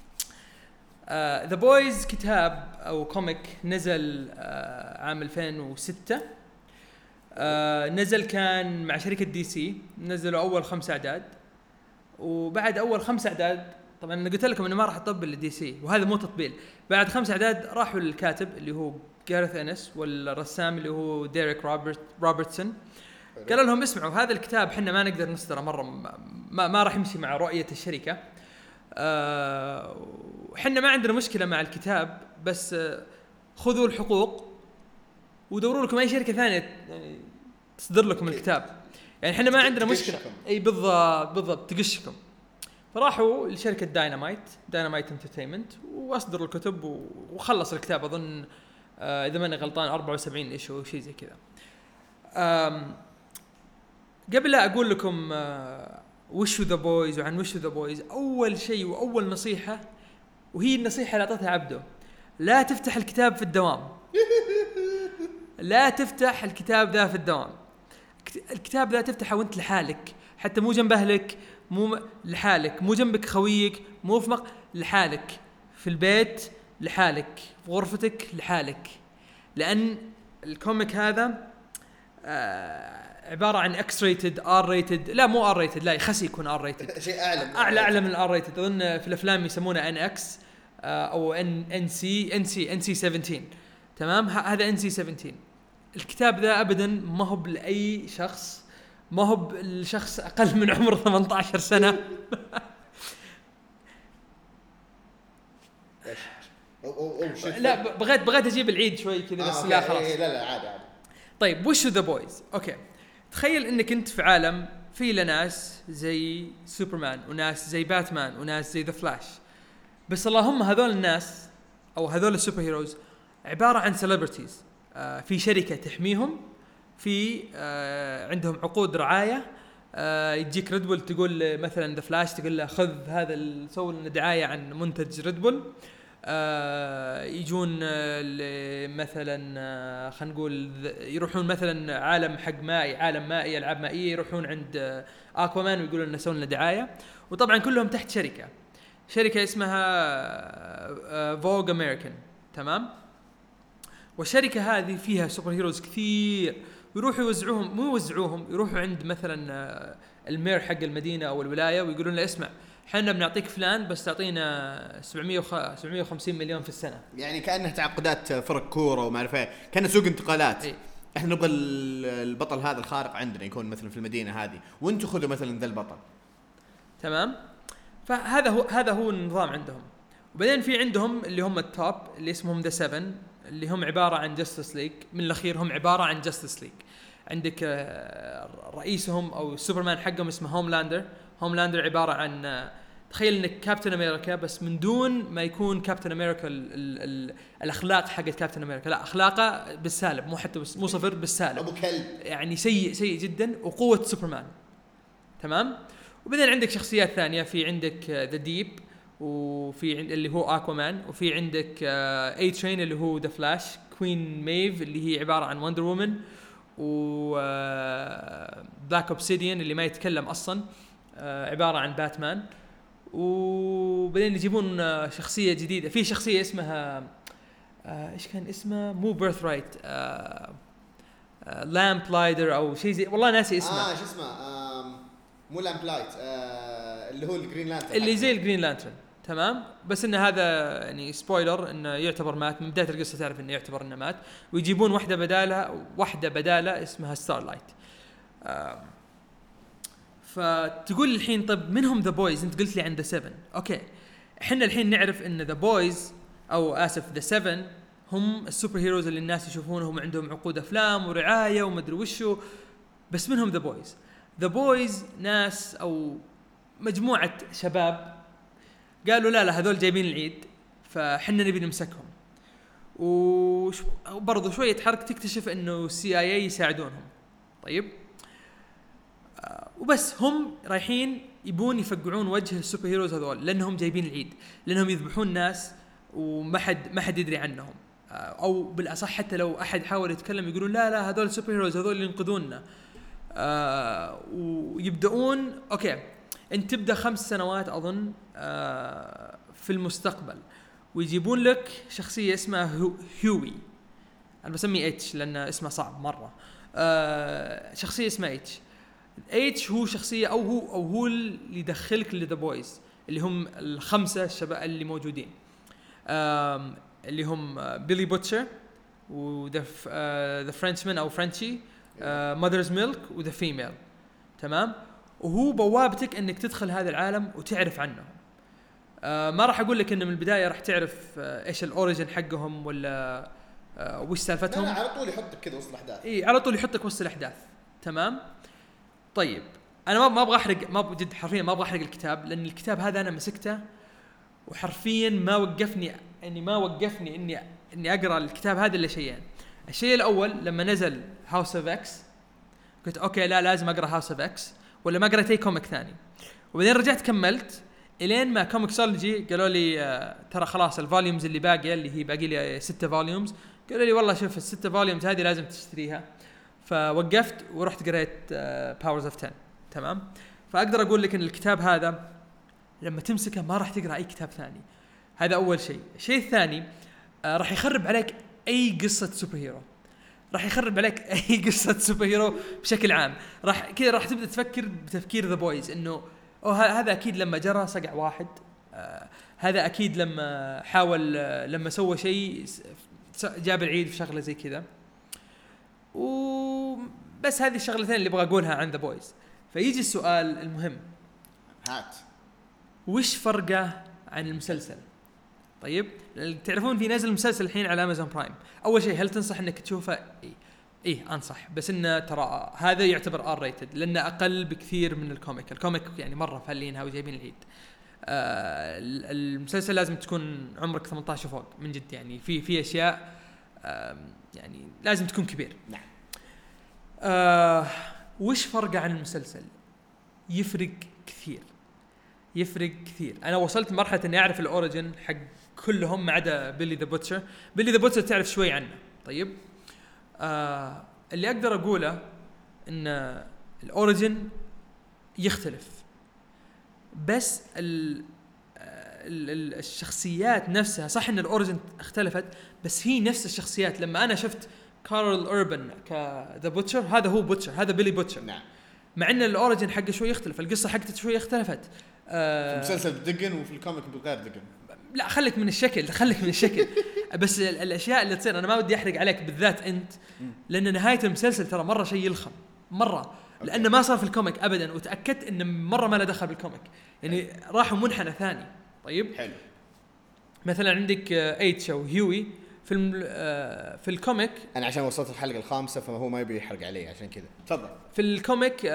ذا uh, بويز كتاب او كوميك نزل uh, عام ألفين وستة. uh, نزل كان مع شركه دي سي. نزلوا اول خمس اعداد، وبعد اول خمس اعداد طبعا انا قلت لكم انه ما راح اطبل لدي سي، وهذا مو تطبيل. بعد خمس اعداد راحوا للكاتب اللي هو جارث انس والرسام اللي هو ديريك روبرت روبرتسون. قالوا لهم اسمعوا هذا الكتاب حنا ما نقدر نصدره مره، ما, ما راح يمشي مع رؤيه الشركه. أه حنا ما عندنا مشكله مع الكتاب، بس أه خذوا الحقوق ودوروا لكم اي شركه ثانيه يعني تصدر لكم الكتاب. يعني احنا ما عندنا مشكله. اي بالضبط بالضبط تقشكم. فراحوا لشركه داينامايت داينامايت انترتينمنت واصدروا الكتب وخلص الكتاب اظن آه اذا ماني غلطان أربعة وسبعين ايشو شيء زي كذا. قبل لا اقول لكم آه وش ذا بويز وعن وش ذا بويز، اول شيء واول نصيحه وهي النصيحه اللي اعطتها عبده، لا تفتح الكتاب في الدوام. لا تفتح الكتاب ذا في الدوام. الكتاب ذا تفتحه وانت لحالك، حتى مو جنب اهلك، مو لحالك، مو جنبك خويك، مو في مق... لحالك في البيت، لحالك في غرفتك، لحالك. لأن الكوميك هذا آه عبارة عن اكس ريتد ار ريتد، لا مو ار ريتد، لا يخسي يكون ار ريتد، شيء اعلى اعلى اعلى من الار ريتد. اظن في الافلام يسمونه ان اكس آه او ان ان سي ان سي ان سي سبعتاشر. تمام، هذا ان سي سبعتاشر. الكتاب ذا ابدا ما هو لاي شخص، ما هو الشخص اقل من عمر ثمانية عشر سنه. لا بغيت بغيت اجيب العيد شوي كذا بس. آه لا خلاص لا لا عادي عادي. طيب وش ذا بويز؟ اوكي، تخيل انك انت في عالم في ناس زي سوبرمان وناس زي باتمان وناس زي ذا فلاش، بس اللهم هذول الناس او هذول السوبر هيروز عباره عن سيلبرتيز. آه في شركه تحميهم، في آه عندهم عقود رعايه. آه يجيك ريد بول تقول مثلا ذا فلاش تقول له خذ هذا، سوي لنا دعايه عن منتج ريد بول. آه يجون آه مثلا آه خلينا نقول يروحون مثلا عالم حق مائي، عالم مائي، العاب مائيه، يروحون عند آه اكوامان ويقولون لنا سوي لنا دعايه. وطبعا كلهم تحت شركه شركه اسمها آه فوغ امريكان. تمام، والشركه هذه فيها سوبر هيروز كثير، يروحوا يوزعوهم، مو يوزعوهم، يروحوا عند مثلا المير حق المدينه او الولايه ويقولون له اسمع حنا بنعطيك فلان بس تعطينا سبعمية وخمسين مليون في السنه. يعني كانها تعاقدات فرق كوره وما اعرف ايه، كان سوق انتقالات. ايه. احنا نبغى البطل هذا الخارق عندنا يكون مثلا في المدينه هذه، وانتم خذوا مثلا ذا البطل. تمام، فهذا هو هذا هو النظام عندهم. وبعدين في عندهم اللي هم التوب اللي اسمهم ذا سفن، اللي هم عباره عن جاستس ليج. من الاخير هم عباره عن جاستس ليج. عندك رئيسهم او سوبرمان حقهم اسمه هوملاندر. هوملاندر عباره عن، تخيل انك كابتن امريكا بس من دون ما يكون كابتن امريكا ال ال ال الاخلاق حقت كابتن امريكا، لا اخلاقه بالسالب، مو حتى مو صفر، بالسالب، ابو كلب، يعني سيء سيء جدا، وقوه سوبرمان. تمام. وبعدين عندك شخصيات ثانيه، في عندك ذا ديب، وفي عند اللي هو اكوامان، وفي عندك اي ترين اللي هو ذا فلاش، كوين ميف اللي هي عباره عن وندر وومن، و بلاك اوبسيديان اللي ما يتكلم اصلا عباره عن باتمان. وبعدين يجيبون شخصيه جديده، في شخصيه اسمها ايش كان اسمها، مو بيرث رايت، لامب لايدر او شيء زي، والله ناسي اسمه. اه شو اسمه، مو لامب لايت، آه اللي هو الجرين لانترن، اللي زي الجرين لانترن. تمام، بس انه هذا يعني سبويلر انه يعتبر مات من بدايه القصه، تعرف انه يعتبر انه مات، ويجيبون واحده بدالها، واحده بداله اسمها ستارلايت. آه فتقول الحين طب منهم ذا بويز؟ انت قلت لي عن ذا سفن. اوكي، احنا الحين نعرف ان ذا بويز او اسف ذا سفن هم السوبر هيروز اللي الناس يشوفونهم عندهم عقود افلام ورعايه ومدري وشو، بس منهم ذا بويز. ذا بويز ناس او مجموعه شباب قالوا لا لا هذول جايبين العيد، فحنا نبي نمسكهم. وبرضو شويه حرك تكتشف انه السي اي اي يساعدونهم. طيب آه وبس هم رايحين يبون يفقعون وجه السوبر هيروز هذول، لانهم جايبين العيد، لانهم يذبحون ناس وما حد ما حد يدري عنهم. آه او بالاصح حتى لو احد حاول يتكلم يقولون لا لا هذول السوبر هيروز، هذول اللي ينقذوننا. آه ويبدأون اوكي انت تبدا خمس سنوات اظن آه في المستقبل، ويجيبون لك شخصيه اسمها هيوي، انا بسميه اتش لان اسمه صعب مره. آه شخصيه اسمها اتش. اتش هو شخصيه او هو او هو اللي يدخلك لذا بويز، اللي هم الخمسه الشباب اللي موجودين، آه اللي هم بيلي بوتشر وذا ذا فرنشمان او فرنشي، ماذرز ميلك وذا فيميل. تمام، وهو بوابتك انك تدخل هذا العالم وتعرف عنهم. آه ما راح اقول لك انه من البدايه راح تعرف آه ايش الاوريجن حقهم ولا آه وش سالفتهم. لا على طول يحطك كذا وسط الاحداث. اي على طول يحطك وسط الاحداث. تمام. طيب انا ما ما ابغى احرق، ما بجد حرفيا ما ابغى احرق الكتاب، لان الكتاب هذا انا مسكته وحرفيا ما وقفني اني ما وقفني اني اني اقرا الكتاب هذا الا شيئين. الشيء الاول لما نزل هاوس اوف اكس قلت اوكي لا لازم اقرا هاوس اوف اكس ولا ما قريت اي كوميك ثاني، وبعدين رجعت كملت الين ما كوميكسولوجي قالوا لي آه ترى خلاص الفوليومز اللي باقيه اللي هي باقي لي ستة فوليومز، قالوا لي والله شوف الستة فوليومز هذه لازم تشتريها. فوقفت ورحت قريت باورز اوف عشرة. تمام. فاقدر اقول لك ان الكتاب هذا لما تمسكه ما راح تقرا اي كتاب ثاني. هذا اول شيء. الشيء الثاني آه راح يخرب عليك اي قصه سوبر هيرو، راح يخرب عليك اي قصه سوبر هيرو بشكل عام. راح كذا راح تبدا تفكر بتفكير ذا بويز انه أوه هذا اكيد لما جرى صقع واحد، آه هذا اكيد لما حاول آه لما سوى شيء جاب العيد في شغله زي كذا. وبس هذه الشغلتين اللي ابغى اقولها عن ذا بويز. فيجي السؤال المهم، هات وش فرقه عن المسلسل؟ طيب تعرفون في نازل المسلسل الحين على امازون برايم. اول شيء هل تنصح انك تشوفه؟ اي ايه انصح، بس انه ترى هذا يعتبر ار ريتد لانه اقل بكثير من الكوميك. الكوميك يعني مره فالينها وجايبين العيد. آه المسلسل لازم تكون عمرك ثمانية عشر فوق من جد، يعني في في اشياء آه يعني لازم تكون كبير. نعم. آه وش فرقه عن المسلسل؟ يفرق كثير، يفرق كثير. انا وصلت مرحله اني اعرف الاوريجن حق كلهم ما عدا بيلي ذا بوتشر. بيلي ذا بوتشر تعرف شوي عنه. طيب آه اللي اقدر اقوله ان الاوريجن يختلف، بس ال ال الشخصيات نفسها صح ان الاوريجن اختلفت، بس هي نفس الشخصيات. لما انا شفت كارل اوربن كذا بوتشر هذا هو بوتشر، هذا بيلي بوتشر. نعم. مع ان الاوريجن حقه شوي يختلف، القصه حقته شوي اختلفت. آه في المسلسل بدقن وفي الكوميك بغير دقن. لا خليك من الشكل، خليك من الشكل. بس الاشياء اللي تصير انا ما ودي احرق عليك بالذات انت، لان نهايه المسلسل ترى مره شيء يلخم مره، لانه ما صار في الكوميك ابدا، وتاكدت انه مره ما له دخل بالكوميك، يعني راحوا منحنى ثاني. طيب حلو. مثلا عندك ايتش او هيوي في في الكوميك. انا عشان وصلت الحلقه الخامسه فهو ما يبي يحرق علي عشان كذا. تفضل. في الكوميك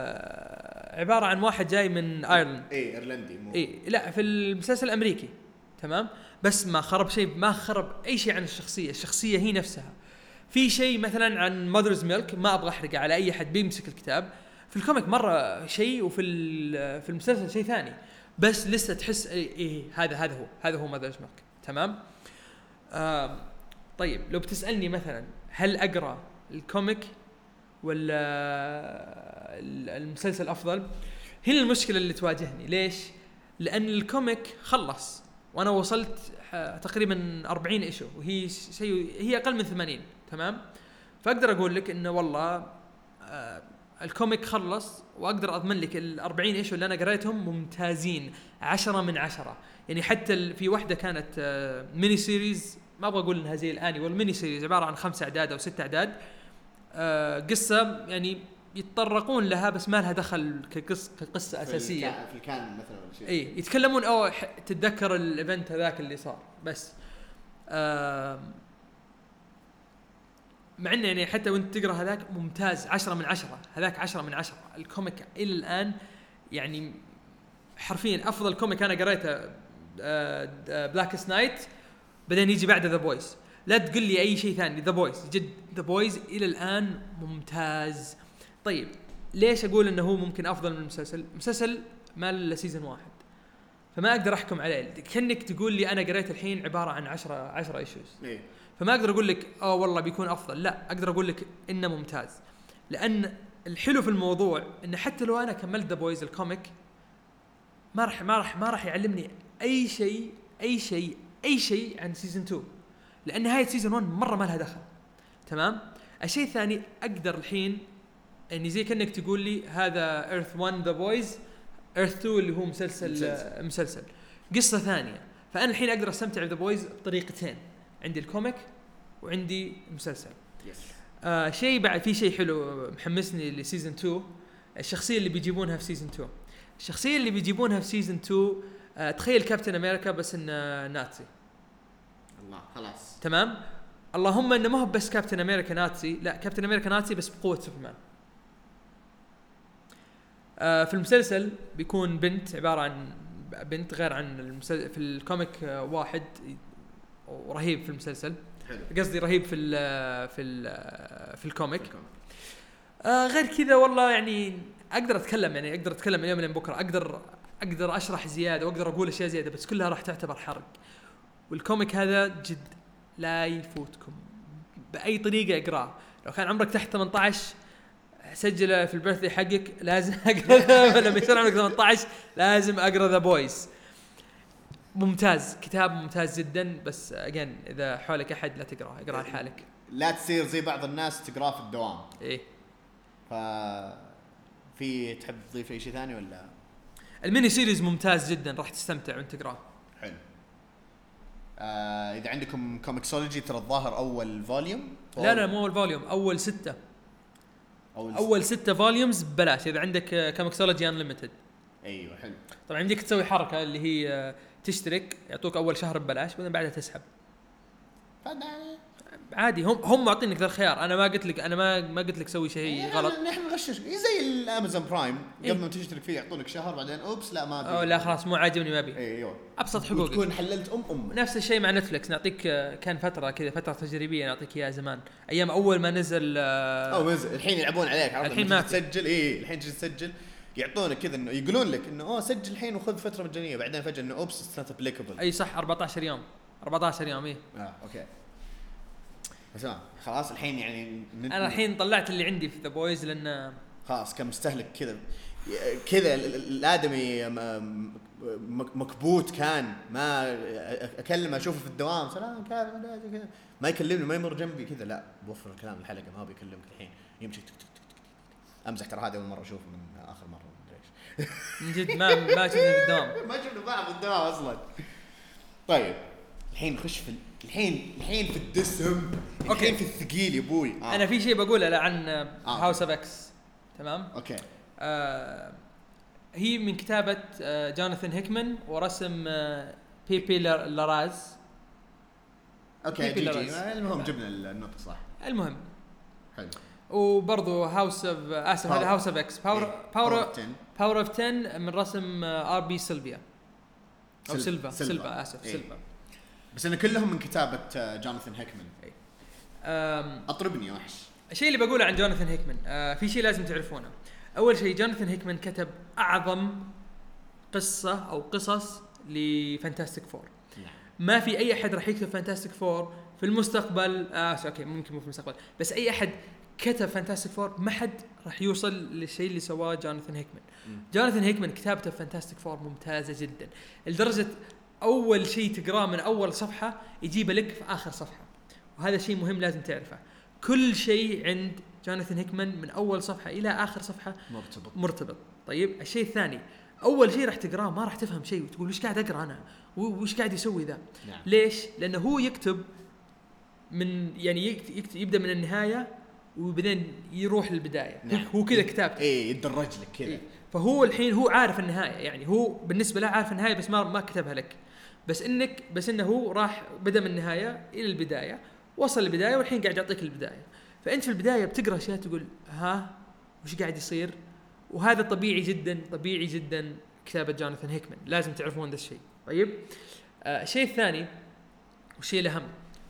عباره عن واحد جاي من ايرلند. اي ايرلندي مو اي لا في المسلسل الامريكي. تمام. بس ما خرب شيء، ما خرب اي شيء عن الشخصيه، الشخصيه هي نفسها. في شيء مثلا عن ماذرز ميلك ما ابغى احرقه على اي حد بيمسك الكتاب. في الكوميك مره شيء وفي في المسلسل شيء ثاني، بس لسه تحس ايه, إيه هذا هذا هو هذا هو ماذرز ميلك. تمام. آه طيب لو بتسالني مثلا هل اقرا الكوميك ولا المسلسل افضل، هنا المشكله اللي تواجهني. ليش؟ لان الكوميك خلص وانا وصلت تقريبا أربعين ايشو، وهي شيء هي اقل من ثمانين. تمام. فاقدر اقول لك انه والله آه الكوميك خلص، واقدر اضمن لك الأربعين ايشو اللي انا قريتهم ممتازين، عشرة من عشرة. يعني حتى في واحدة كانت آه ميني سيريز، ما ابغى اقول انها زي الاني، والميني سيريز عباره عن خمسة اعداد او ستة اعداد، آه قصه يعني يتطرقون لها بس ما لها دخل كقصه كقصه اساسيه في الكان مثلا ولا شيء. اي يتكلمون او تتذكر الايفنت هذاك اللي صار بس. آه مع انه يعني حتى وانت تقرا هذاك ممتاز، عشرة من عشرة. هذاك عشرة من عشرة. الكوميك الى الان يعني حرفيا افضل كوميك انا قريته بلاكست نايت، بعدين يجي بعد ذا بويز. لا تقول لي اي شيء ثاني، ذا بويز جد ذا بويز الى الان ممتاز. طيب ليش اقول انه هو ممكن افضل من المسلسل؟ المسلسل ما له سيزون واحد فما اقدر احكم عليه. كأنك تقول لي انا قريت الحين عباره عن عشرة عشرة ايشوز، فما اقدر اقول لك اه والله بيكون افضل. لا اقدر اقول لك انه ممتاز، لان الحلو في الموضوع انه حتى لو انا كملت ذا بويز الكوميك ما راح ما راح ما راح يعلمني اي شيء اي شيء اي شيء عن سيزون اثنين، لان نهايه سيزون واحد مره ما لها دخل. تمام. الشيء الثاني اقدر الحين اني زي كأنك تقول لي هذا ايرث واحد ذا بويز، ايرث اثنين اللي هو مسلسل مسلسل, مسلسل. قصه ثانيه. فانا الحين اقدر استمتع بذا بويز بطريقتين، عندي الكوميك وعندي المسلسل. يس. آه شيء بعد في شيء حلو محمسني لسيزون اثنين، الشخصيه اللي بيجيبونها في سيزون اثنين. الشخصيه اللي بيجيبونها في سيزون اثنين آه تخيل كابتن امريكا بس انه نازي. الله خلاص. تمام. اللهم انه ما هو بس كابتن امريكا ناتسي، لا كابتن امريكا ناتسي بس بقوه سوبرمان. آه في المسلسل بيكون بنت، عباره عن بنت غير عن المسلسل في الكوميك. آه واحد رهيب في المسلسل، قصدي رهيب في ال في ال في الكوميك. آه غير كذا والله يعني اقدر اتكلم يعني اقدر اتكلم اليوم لين بكره، اقدر اقدر اشرح زياده واقدر اقول اشياء زياده، بس كلها راح تعتبر حرق. والكوميك هذا جد لا يفوتكم باي طريقه اقراه. لو كان عمرك تحت ثمانية عشر سجله في البيرثدي حقك، لازم اقرا. لما يصير عمرك ثمانية عشر لازم اقرا ذا بويز. ممتاز، كتاب ممتاز جدا، بس اجين اذا حولك احد لا تقراه، اقراه لحالك. لا تصير زي بعض الناس تقراه في الدوام. ايه. ف في تحب تضيف اي شيء ثاني ولا؟ الميني سيريز ممتاز جدا، راح تستمتع وانت تقراه. حلو. آه اذا عندكم كوميكسولوجي ترى الظاهر اول فوليوم. لا لا مو اول فوليوم، اول ستة. اول, أول ستة فوليومز ببلاش اذا عندك كوميكسولوجي انليمتد. ايوه حلو. طبعا عندك تسوي حركه اللي هي تشترك، يعطوك اول شهر ببلاش بعدين بعدها تسحب. عادي، هم هم معطينك ذا الخيار. انا ما قلت لك انا ما ما قلت لك سوي شيء غلط. نحن نغشش زي الامازون برايم قبل إيه؟ ما تشترك فيه يعطونك شهر بعدين اوبس لا ما ابي. او لا خلاص مو عاجبني ما ابي. ايوه ابسط حقوقك تكون حللت ام ام. نفس الشيء مع نتفلكس، نعطيك كان فتره كذا فتره تجريبيه نعطيك اياها زمان ايام اول ما نزل. او نزل الحين يلعبون عليك. الحين ما تسجل ايه الحين تجي تسجل يعطونك كذا انه يقولون لك انه اوه سجل الحين وخذ فتره مجانيه، بعدين فجاه انه اوبس ستات ابليكابل. اي صح أربعة عشر يوم أربعة عشر يوم. ايه اه اوكي بس خلاص الحين يعني انا الحين طلعت اللي عندي في ذا بويز لان خلاص كم مستهلك كذا كذا الادمي مكبوت كان ما اكلمه اشوفه في الدوام سلام كيف كذا ما يكلمني ما يمر جنبي كذا. لا بوفر الكلام الحلقه ما بيكلمك الحين يمشي تك تك تك تك. امزح ترى هذا اول مره اشوفه من اخر مره ما ادري ايش. من جد ما ما شفنا في الدوام ما شفنا بعض في الدوام اصلا. طيب الحين نخش في الحين الحين في الدسم الحين في الثقيل يا ابوي. آه. انا في شيء بقوله عن هاوس اوف اكس. تمام اوكي. آه هي من كتابه آه جوناثان هيكمان ورسم آه بيبي لاراز. اوكي جي جي المهم جبنا النقطه صح. المهم حلو. وبرضه هاوس اوف اسف هذا هاوس اوف اكس باور باور باور اوف عشرة من رسم ار بي سيلفيا او سيلفا سيلفا اسف سيلفا. بس ان كلهم من كتابه جوناثان هيكمان. اطربني وحش. الشيء اللي بقوله عن جوناثان هيكمان آه في شيء لازم تعرفونه. اول شيء جوناثان هيكمان كتب اعظم قصه او قصص لفانتاستيك فور. ما في اي احد راح يكتب فانتاستيك فور في المستقبل. اه اوكي ممكن مو في المستقبل بس اي احد كتب فانتاستيك فور ما حد راح يوصل للشيء اللي سواه جوناثان هيكمان. جوناثان هيكمان كتابته في فانتاستيك فور ممتازه جدا لدرجه اول شيء تقراه من اول صفحه يجيبه لك في اخر صفحه، وهذا شيء مهم لازم تعرفه. كل شيء عند جوناثان هيكمان من اول صفحه الى اخر صفحه مرتبط مرتبط. طيب الشيء الثاني اول شيء راح تقراه ما راح تفهم شيء وتقول وش قاعد اقرا انا وش قاعد يسوي ذا. نعم. ليش؟ لانه هو يكتب من يعني يكتب يبدا من النهايه وبعدين يروح للبدايه. نعم. هو كذا كتابته ايه يتدرج لك كذا. إيه؟ فهو الحين هو عارف النهايه، يعني هو بالنسبه له عارف النهايه بس ما ما كتبها لك. بس انك بس انه هو راح بدا من النهايه الى البدايه، وصل للبدايه والحين قاعد يعطيك البدايه. فانت في البدايه بتقرا اشياء تقول ها وش قاعد يصير، وهذا طبيعي جدا طبيعي جدا كتابه جوناثان هيكمان لازم تعرفون ذا الشيء. طيب آه الشيء الثاني والشيء الاهم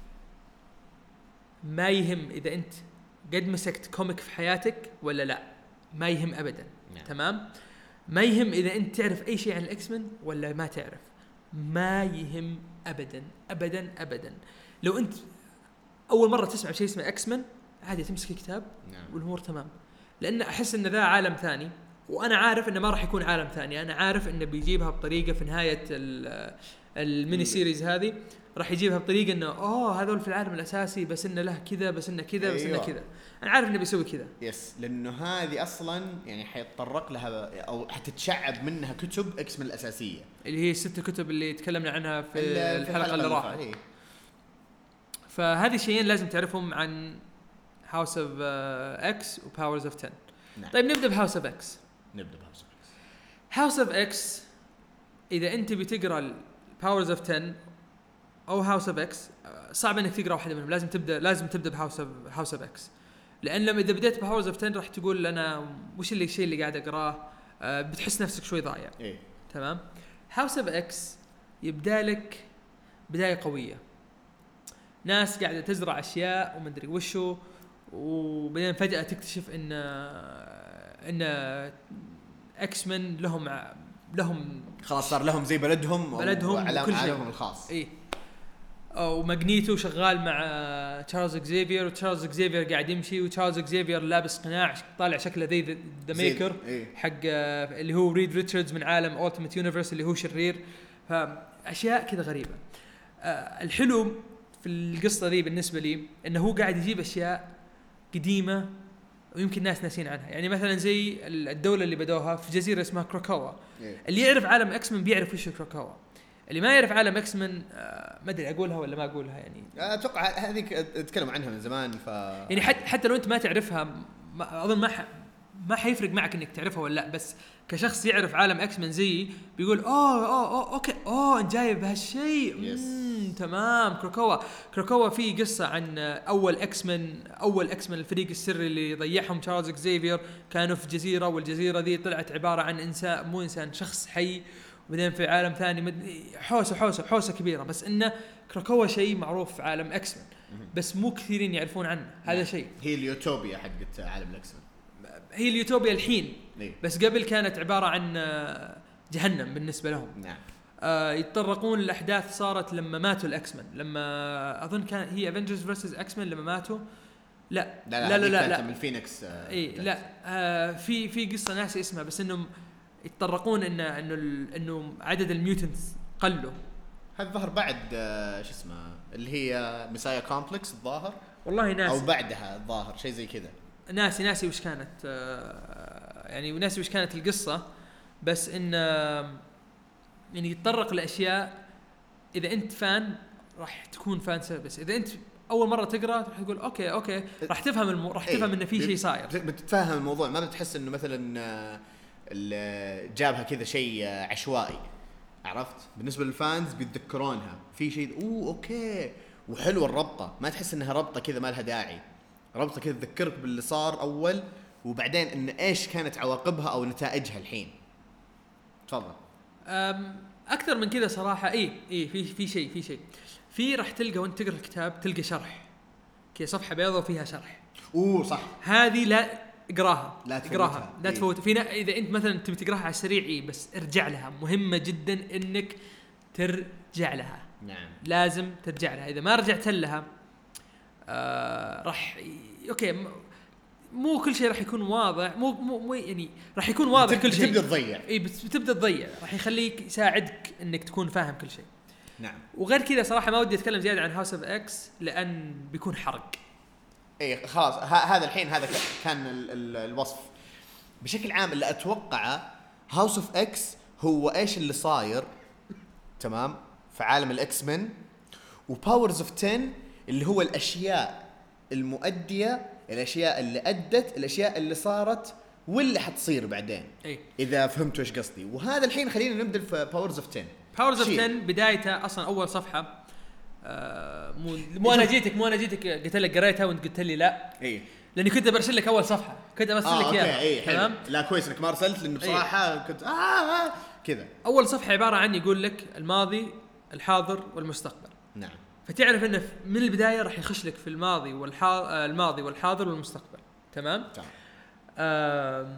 ما يهم اذا انت قد مسكت كوميك في حياتك ولا لا، ما يهم ابدا. نعم. تمام. ما يهم اذا انت تعرف اي شيء عن الاكس مان ولا ما تعرف، ما يهم ابدا ابدا ابدا. لو انت اول مره تسمع شيء اسمه اكس مان عادي تمسك الكتاب. نعم. والامور تمام، لان احس ان ذا عالم ثاني، وانا عارف انه ما راح يكون عالم ثاني. انا عارف انه بيجيبها بطريقه في نهايه الميني سيريز هذه راح يجيبها بطريقه انه اوه هذول في العالم الاساسي بس انه له كذا بس انه كذا بس انه أيوة. كذا. انا عارف انه بيسوي كذا. يس لانه هذه اصلا يعني حيتطرق لها او حتتشعب منها كتب اكس من الاساسيه اللي هي الست كتب اللي تكلمنا عنها في الحلقه, الحلقة اللي راحت. إيه. فهذه شيئين لازم تعرفهم عن هاوس اوف اكس وباورز اوف عشرة. نعم. طيب نبدا بهاوس اوف اكس. نبدا بهاوس اوف اكس. هاوس اوف اكس اذا انت بتقرا باورز اوف عشرة او هاوس اوف اكس صعب انك تقرا واحده منهم. لازم تبدا لازم تبدا بهاوس اوف هاوس اوف اكس، لان لما اذا بديت بهاوس اوف عشرة راح تقول انا وش اللي الشيء اللي قاعد اقراه، أه بتحس نفسك شوي ضايع. إيه. تمام. هاوس اوف اكس يبدا لك بدايه قويه، ناس قاعده تزرع اشياء ومدري وشو، وبعدين فجاه تكتشف ان ان اكس من لهم لهم خلاص صار لهم زي بلدهم بلدهم وعلامهم الخاص. ايه. وماغنيتو شغال مع تشارلز اكزيفير، وتشارلز اكزيفير قاعد يمشي، وتشارلز اكزيفير لابس قناع طالع شكله ذي ذا ميكر إيه. حق اللي هو ريد ريتشاردز من عالم ألتيميت يونيفرس اللي هو شرير. فاشياء كذا غريبه. الحلو في القصه ذي بالنسبه لي انه هو قاعد يجيب اشياء قديمه ويمكن ناس ناسين عنها. يعني مثلا زي الدوله اللي بدوها في جزيره اسمها كراكوا. إيه. اللي يعرف عالم اكس من بيعرف وش كراكوا، اللي ما يعرف عالم اكس من آه ما ادري اقولها ولا ما اقولها. يعني اتوقع هذيك اتكلم عنها من زمان. ف يعني حتى حتى لو انت ما تعرفها ما اظن ما ح... ما حيفرق معك انك تعرفها ولا لا، بس كشخص يعرف عالم اكس من زي بيقول اوه اوه, أوه اوكي اوه انت جايب بهالشيء. تمام. كراكوا كراكوا في قصه عن اول اكس من اول اكس من الفريق السري اللي ضيعهم تشارلز اكزيفير. كانوا في جزيره، والجزيره ذي طلعت عباره عن انسان مو انسان شخص حي، وبعدين في عالم ثاني مد... حوسه حوسه حوسه كبيره. بس انه كراكوا شيء معروف في عالم اكس من، بس مو كثيرين يعرفون عنه. هذا شيء. هي اليوتوبيا حقت عالم الاكس من. هي اليوتوبيا الحين. ليه؟ بس قبل كانت عباره عن جهنم بالنسبه لهم. نعم. آه يتطرقون الاحداث صارت لما ماتوا الاكس من، لما اظن كان هي افنجرز فيرسز اكس من لما ماتوا. لا لا لا لا, لا, لا. من الفينيكس. آه اي لا آه في في قصه ناسي اسمها، بس انهم يتطرقون ان انه انه عدد الميوتنتس قلوا. هذا ظهر بعد آه شو اسمه اللي هي مسايا كومبلكس الظاهر، والله ناسي، او بعدها الظاهر شيء زي كذا. ناسي ناسي وش كانت آه يعني ناسي وش كانت القصه. بس ان آه يعني يتطرق لاشياء اذا انت فان راح تكون فان سيرفيس. اذا انت اول مره تقرا راح تقول اوكي اوكي راح تفهم المو... راح تفهم انه في شيء صاير، بتتفهم الموضوع. ما بتحس انه مثلا جابها كذا شيء عشوائي. عرفت؟ بالنسبه للفانز بيتذكرونها في شيء اوه اوكي وحلوه الربطه. ما تحس انها ربطه كذا ما لها داعي، ربطه كذا تذكرك باللي صار اول وبعدين ان ايش كانت عواقبها او نتائجها الحين. تفضل. اكثر من كذا صراحه. اي اي في في شيء في شيء في راح تلقى وانت تقرا الكتاب تلقى شرح كذا، صفحه بيضاء وفيها شرح. اوه صح. هذه لا اقراها لا تقراها لا تفوت. في اذا انت مثلا تبي تقراها على السريع اي بس ارجع لها. مهمه جدا انك ترجع لها. نعم لازم ترجع لها. اذا ما رجعت لها آه راح اوكي مو كل شيء راح يكون واضح. مو مو يعني راح يكون واضح كل شيء. بتبدا تضيع. اي بس بتبدا تضيع. راح يخليك يساعدك انك تكون فاهم كل شيء. نعم. وغير كذا صراحه ما ودي اتكلم زياده عن هاوس اوف اكس لان بيكون حرق. اي خلاص هذا الحين هذا كان ال ال الوصف بشكل عام. اللي اتوقعه هاوس اوف اكس هو ايش اللي صاير تمام في عالم الاكس من، وباورز اوف عشرة اللي هو الاشياء المؤديه، الاشياء اللي ادت، الاشياء اللي صارت واللي حتصير بعدين. أي. اذا فهمتوا ايش قصدي. وهذا الحين خلينا نبدا في باورز اوف عشرة. باورز اوف عشرة بدايته اصلا اول صفحه آه مو مو انا جيتك مو انا جيتك قلت لك قريتها وانت قلت لي لا. اي لاني كنت برسل لك اول صفحه كنت برسل آه لك اياها. إيه تمام. لا كويس انك ما ارسلت لانه بصراحه إيه. كنت اه, آه كذا. اول صفحه عباره عن يقول لك الماضي الحاضر والمستقبل. نعم. فتعرف انه من البدايه راح يخش لك في الماضي والحا الماضي والحاضر والمستقبل. تمام. تمام. آه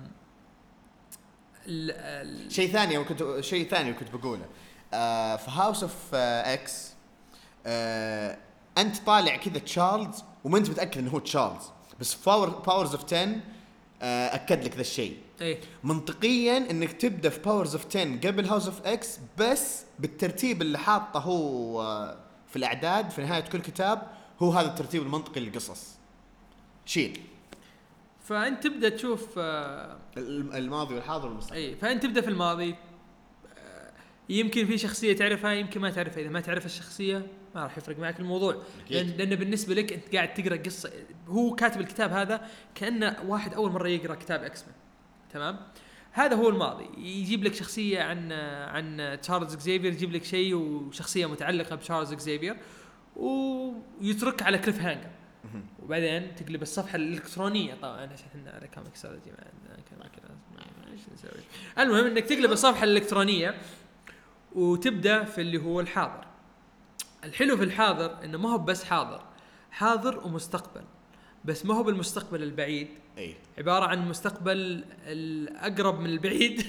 ال... شيء ثاني وكنت شيء ثاني وكنت بقوله آه في هاوس اوف اكس آه انت طالع كذا تشارلز وما انت متاكد انه هو تشارلز، بس باور باورز اوف عشرة آه اكد لك ذا الشيء. ايه منطقيا انك تبدا في باورز اوف عشرة قبل هاوس اوف اكس، بس بالترتيب اللي حاطه هو آه في الاعداد في نهايه كل كتاب هو هذا الترتيب المنطقي للقصص. شيل. فانت تبدا تشوف آه الماضي والحاضر والمستقبل. اي فانت تبدا في الماضي. آه يمكن في شخصيه تعرفها يمكن ما تعرفها. اذا ما تعرف الشخصيه ما راح يفرق معك الموضوع، لأن, لان بالنسبه لك انت قاعد تقرا قصه. هو كاتب الكتاب هذا كانه واحد اول مره يقرا كتاب اكس مان. تمام. هذا هو الماضي. يجيب لك شخصيه عن عن تشارلز اكزيفير، يجيب لك شيء وشخصيه متعلقه بتشارلز اكزيفير ويترك على كليف هانجر، وبعدين تقلب الصفحه الالكترونيه. طبعا عشان احنا على كوميكسولوجي ما عندنا كلام كذا ايش نسوي. المهم انك تقلب الصفحه الالكترونيه وتبدا في اللي هو الحاضر. الحلو في الحاضر انه ما هو بس حاضر، حاضر ومستقبل، بس ما هو بالمستقبل البعيد، اي عباره عن مستقبل الاقرب من البعيد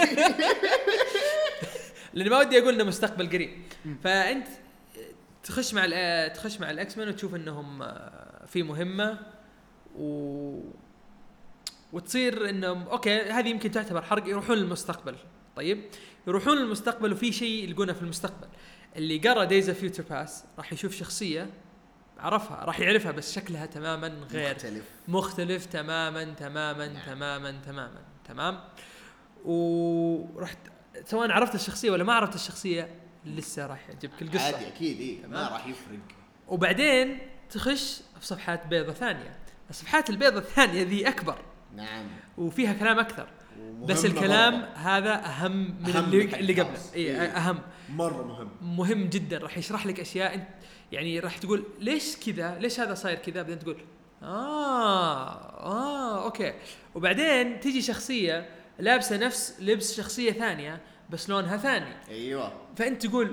لان ما ودي اقول انه مستقبل قريب. فانت تخش مع تخش مع الاكس مان وتشوف انهم في مهمه و وتصير انهم اوكي هذه يمكن تعتبر حرق، يروحون للمستقبل. طيب يروحون للمستقبل وفي شيء يلقونه في المستقبل. اللي قرأ دايز اوف فيوتشر باس راح يشوف شخصية عرفها، راح يعرفها بس شكلها تماما غير مختلف, مختلف تماما تماما نعم. تماما تماما تمام. ورحت سواء عرفت الشخصية ولا ما عرفت الشخصية لسه راح يعجبك القصة عادي اكيد ايه ما راح يفرق. وبعدين تخش في صفحات بيضة ثانية. الصفحات البيضة الثانية ذي أكبر نعم وفيها كلام أكثر، بس الكلام مرة. هذا أهم من أهم اللي, اللي قبله. إيه أهم مرة مهم مهم جدا. راح يشرح لك أشياء انت يعني راح تقول ليش كذا، ليش هذا صاير كذا، بعدين تقول آه آه أوكي. وبعدين تيجي شخصية لابسة نفس لبس شخصية ثانية بس لونها ثاني. أيوة. فأنت تقول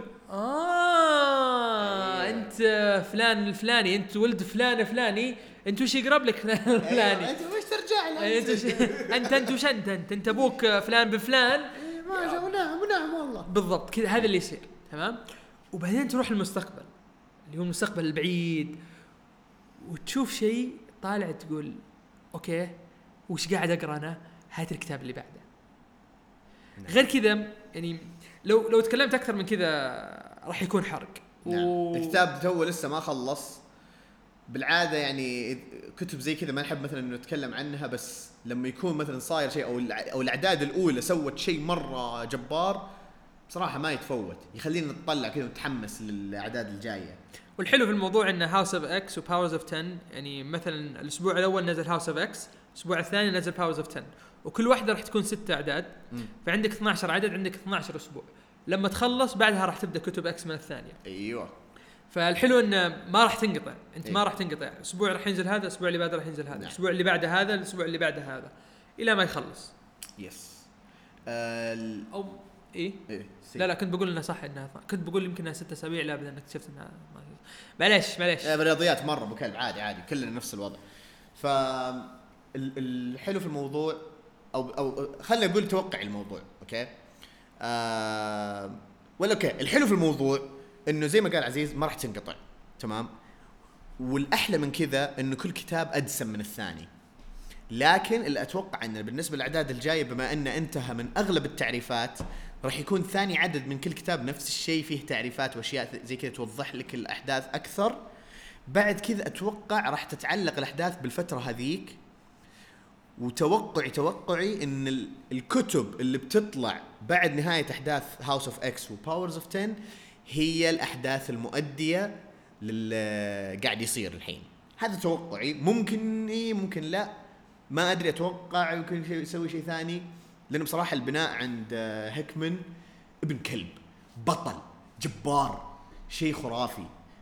آه أيوة. أنت فلان الفلاني، أنت ولد فلان فلاني، أنت وش يقرب لك فلان الفلاني؟ أيوة. أنت وش ترجع له؟ أنت وش أنت أنت وش أنت أنت أنت أبوك فلان بفلان. ما جاء ونعم ونعم والله. بالضبط كذا هذا اللي يصير تمام. وبعدين تروح المستقبل اللي هو المستقبل البعيد وتشوف شيء طالع تقول أوكي وش قاعد أقرأ أنا؟ هات الكتاب اللي بعده. غير كذا يعني لو لو تكلمت أكثر من كذا راح يكون حرق. نعم. و... الكتاب تو لسه ما خلص بالعادة. يعني كتب زي كذا ما نحب مثلا إنه نتكلم عنها، بس لما يكون مثلا صاير شيء أو أو الأعداد الأولى سوت شيء مرة جبار بصراحة ما يتفوت، يخلينا نتطلع كذا ونتحمس للأعداد الجاية. والحلو في الموضوع إن هاوس أوف إكس وباورز أوف عشرة يعني مثلا الأسبوع الأول نزل هاوس أوف إكس، الأسبوع الثاني نزل باورز أوف عشرة، وكل واحدة راح تكون ستة أعداد. م. فعندك اثنا عشر عدد، عندك اثنا عشر أسبوع. لما تخلص بعدها راح تبدأ كتب إكس من الثانية. أيوة. فالحلو إنه ما راح تنقطع، أنت ما راح تنقطع. أسبوع راح ينزل هذا، الأسبوع اللي بعده راح ينزل هذا، الأسبوع اللي بعده هذا، الأسبوع اللي بعده هذا، إلى ما يخلص. يس. ال... أو إيه؟ إيه لا لا كنت بقول إنها صح إنها كنت بقول يمكن إنها ستة أسابيع، لا أبدا اكتشفت إنها ما معلش معلش. الرياضيات مرة بكلب عادي عادي كلنا نفس الوضع. فالحلو في الموضوع أو أو خلنا نقول توقع الموضوع أوكي. آه ولا أوكي الحلو في الموضوع إنه زي ما قال عزيز ما راح تنقطع تمام. والأحلى من كذا إنه كل كتاب أدسم من الثاني. لكن اللي أتوقع إنه بالنسبة للأعداد الجاية بما إنه انتهى من أغلب التعريفات راح يكون ثاني عدد من كل كتاب نفس الشيء، فيه تعريفات وأشياء زي كذا توضح لك الأحداث أكثر. بعد كذا أتوقع راح تتعلق الأحداث بالفترة هذيك. وتوقعي توقعي إن الكتب اللي بتطلع بعد نهاية أحداث هاوس أوف إكس وباورز أوف عشرة هي الأحداث المؤدية للي قاعد يصير الحين. هذا توقعي، ممكن إيه ممكن لا ما أدري. أتوقع يمكن يسوي شيء ثاني، لأنه بصراحة البناء عند هيكمان ابن كلب، بطل جبار، شيء خرافي.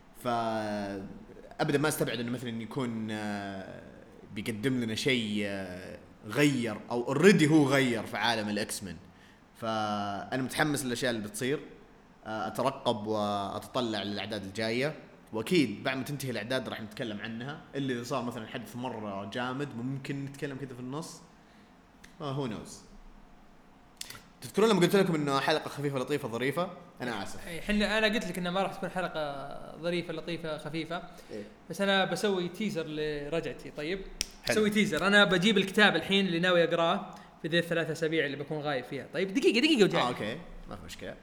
فأبدا ما استبعد إنه مثلا يكون بيقدم لنا شيء غير أو already هو غير في عالم الإكس مان. فأنا متحمس للأشياء اللي بتصير، أترقب وأتطلع للأعداد الجاية. واكيد بعد ما تنتهي الاعداد راح نتكلم عنها. اللي اذا صار مثلا حدث مره جامد ممكن نتكلم كذا في النص. اه هو نوز. تذكرون لما قلت لكم انه حلقه خفيفه لطيفه ظريفه؟ انا اسف. احنا انا قلت لك انها ما راح تكون حلقه ظريفه لطيفه خفيفه. إيه؟ بس انا بسوي تيزر لرجعتي. طيب بسوي تيزر. انا بجيب الكتاب الحين اللي ناوي اقراه في ذي الثلاث اسابيع اللي بكون غايب فيها. طيب دقيقه دقيقه وجاي. اه اوكي ما في مشكله.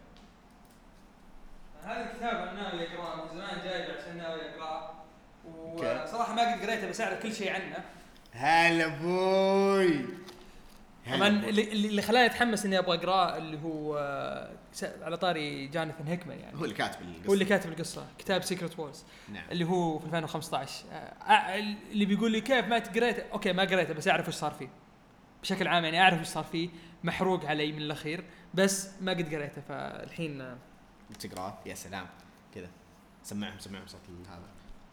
هذا الكتاب انا ناوي اقراه من زمان، جايبه عشان ناوي اقراه وصراحه ما قد قريته بس اعرف كل شيء عنه. هلا بوي. كمان اللي اللي خلاني اتحمس اني ابغى اقراه اللي هو على طاري جوناثان هيكمان. يعني هو اللي كاتب القصه هو اللي كاتب القصه كتاب سيكريت وورز. نعم. اللي هو في ألفين وخمسة عشر. اللي بيقول لي كيف ما قريته، اوكي ما قريته بس اعرف ايش صار فيه بشكل عام. يعني اعرف ايش صار فيه محروق علي من الاخير، بس ما قد قريته فالحين تقراه. يا سلام كذا، سمعهم سمعهم صوت هذا.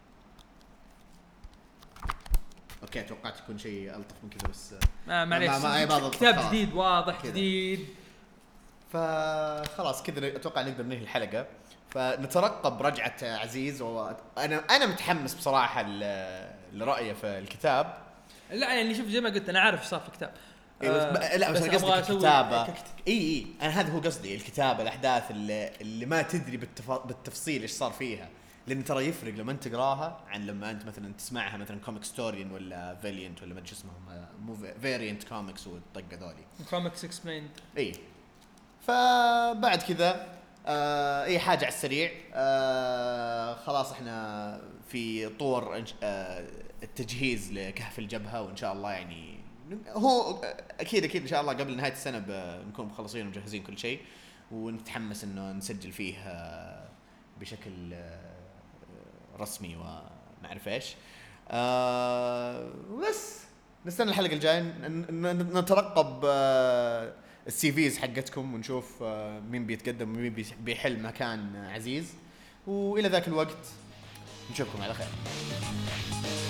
اوكي توقعت يكون شيء الطف من كذا، بس ما معليش ما ما كتاب خلاص. جديد واضح كده. جديد. فخلاص كذا اتوقع نقدر ننهي الحلقه. فنترقب رجعه عزيز، وانا انا متحمس بصراحه لرايه في الكتاب. لا يعني شوف زي ما قلت انا عارف ايش صار في الكتاب. إيه بس آه لا بس, بس قصدي الكتابه. ككت... اي اي انا هذا هو قصدي، الكتابه الاحداث اللي, اللي ما تدري بالتف... بالتفصيل ايش صار فيها، لان ترى يفرق لما انت تقراها عن لما انت مثلا تسمعها مثلا كوميك ستوريان ولا فاليانت ولا ما ادري اسمهم، مو فاريانت كوميكس والطقه ذولي كوميكس اكسبليند. اي فبعد كذا آه اي حاجه على السريع. آه خلاص احنا في طور آه التجهيز لكهف الجبهه، وان شاء الله يعني هو اكيد اكيد ان شاء الله قبل نهايه السنه بنكون مخلصين ومجهزين كل شيء، ونتحمس انه نسجل فيه آه بشكل آه رسمي وما اعرف ايش. آه بس نستنى الحلقه الجايه، نترقب آه السي فيز حقتكم، ونشوف آه مين بيتقدم ومين بيحل مكان عزيز. والى ذاك الوقت نشوفكم على خير.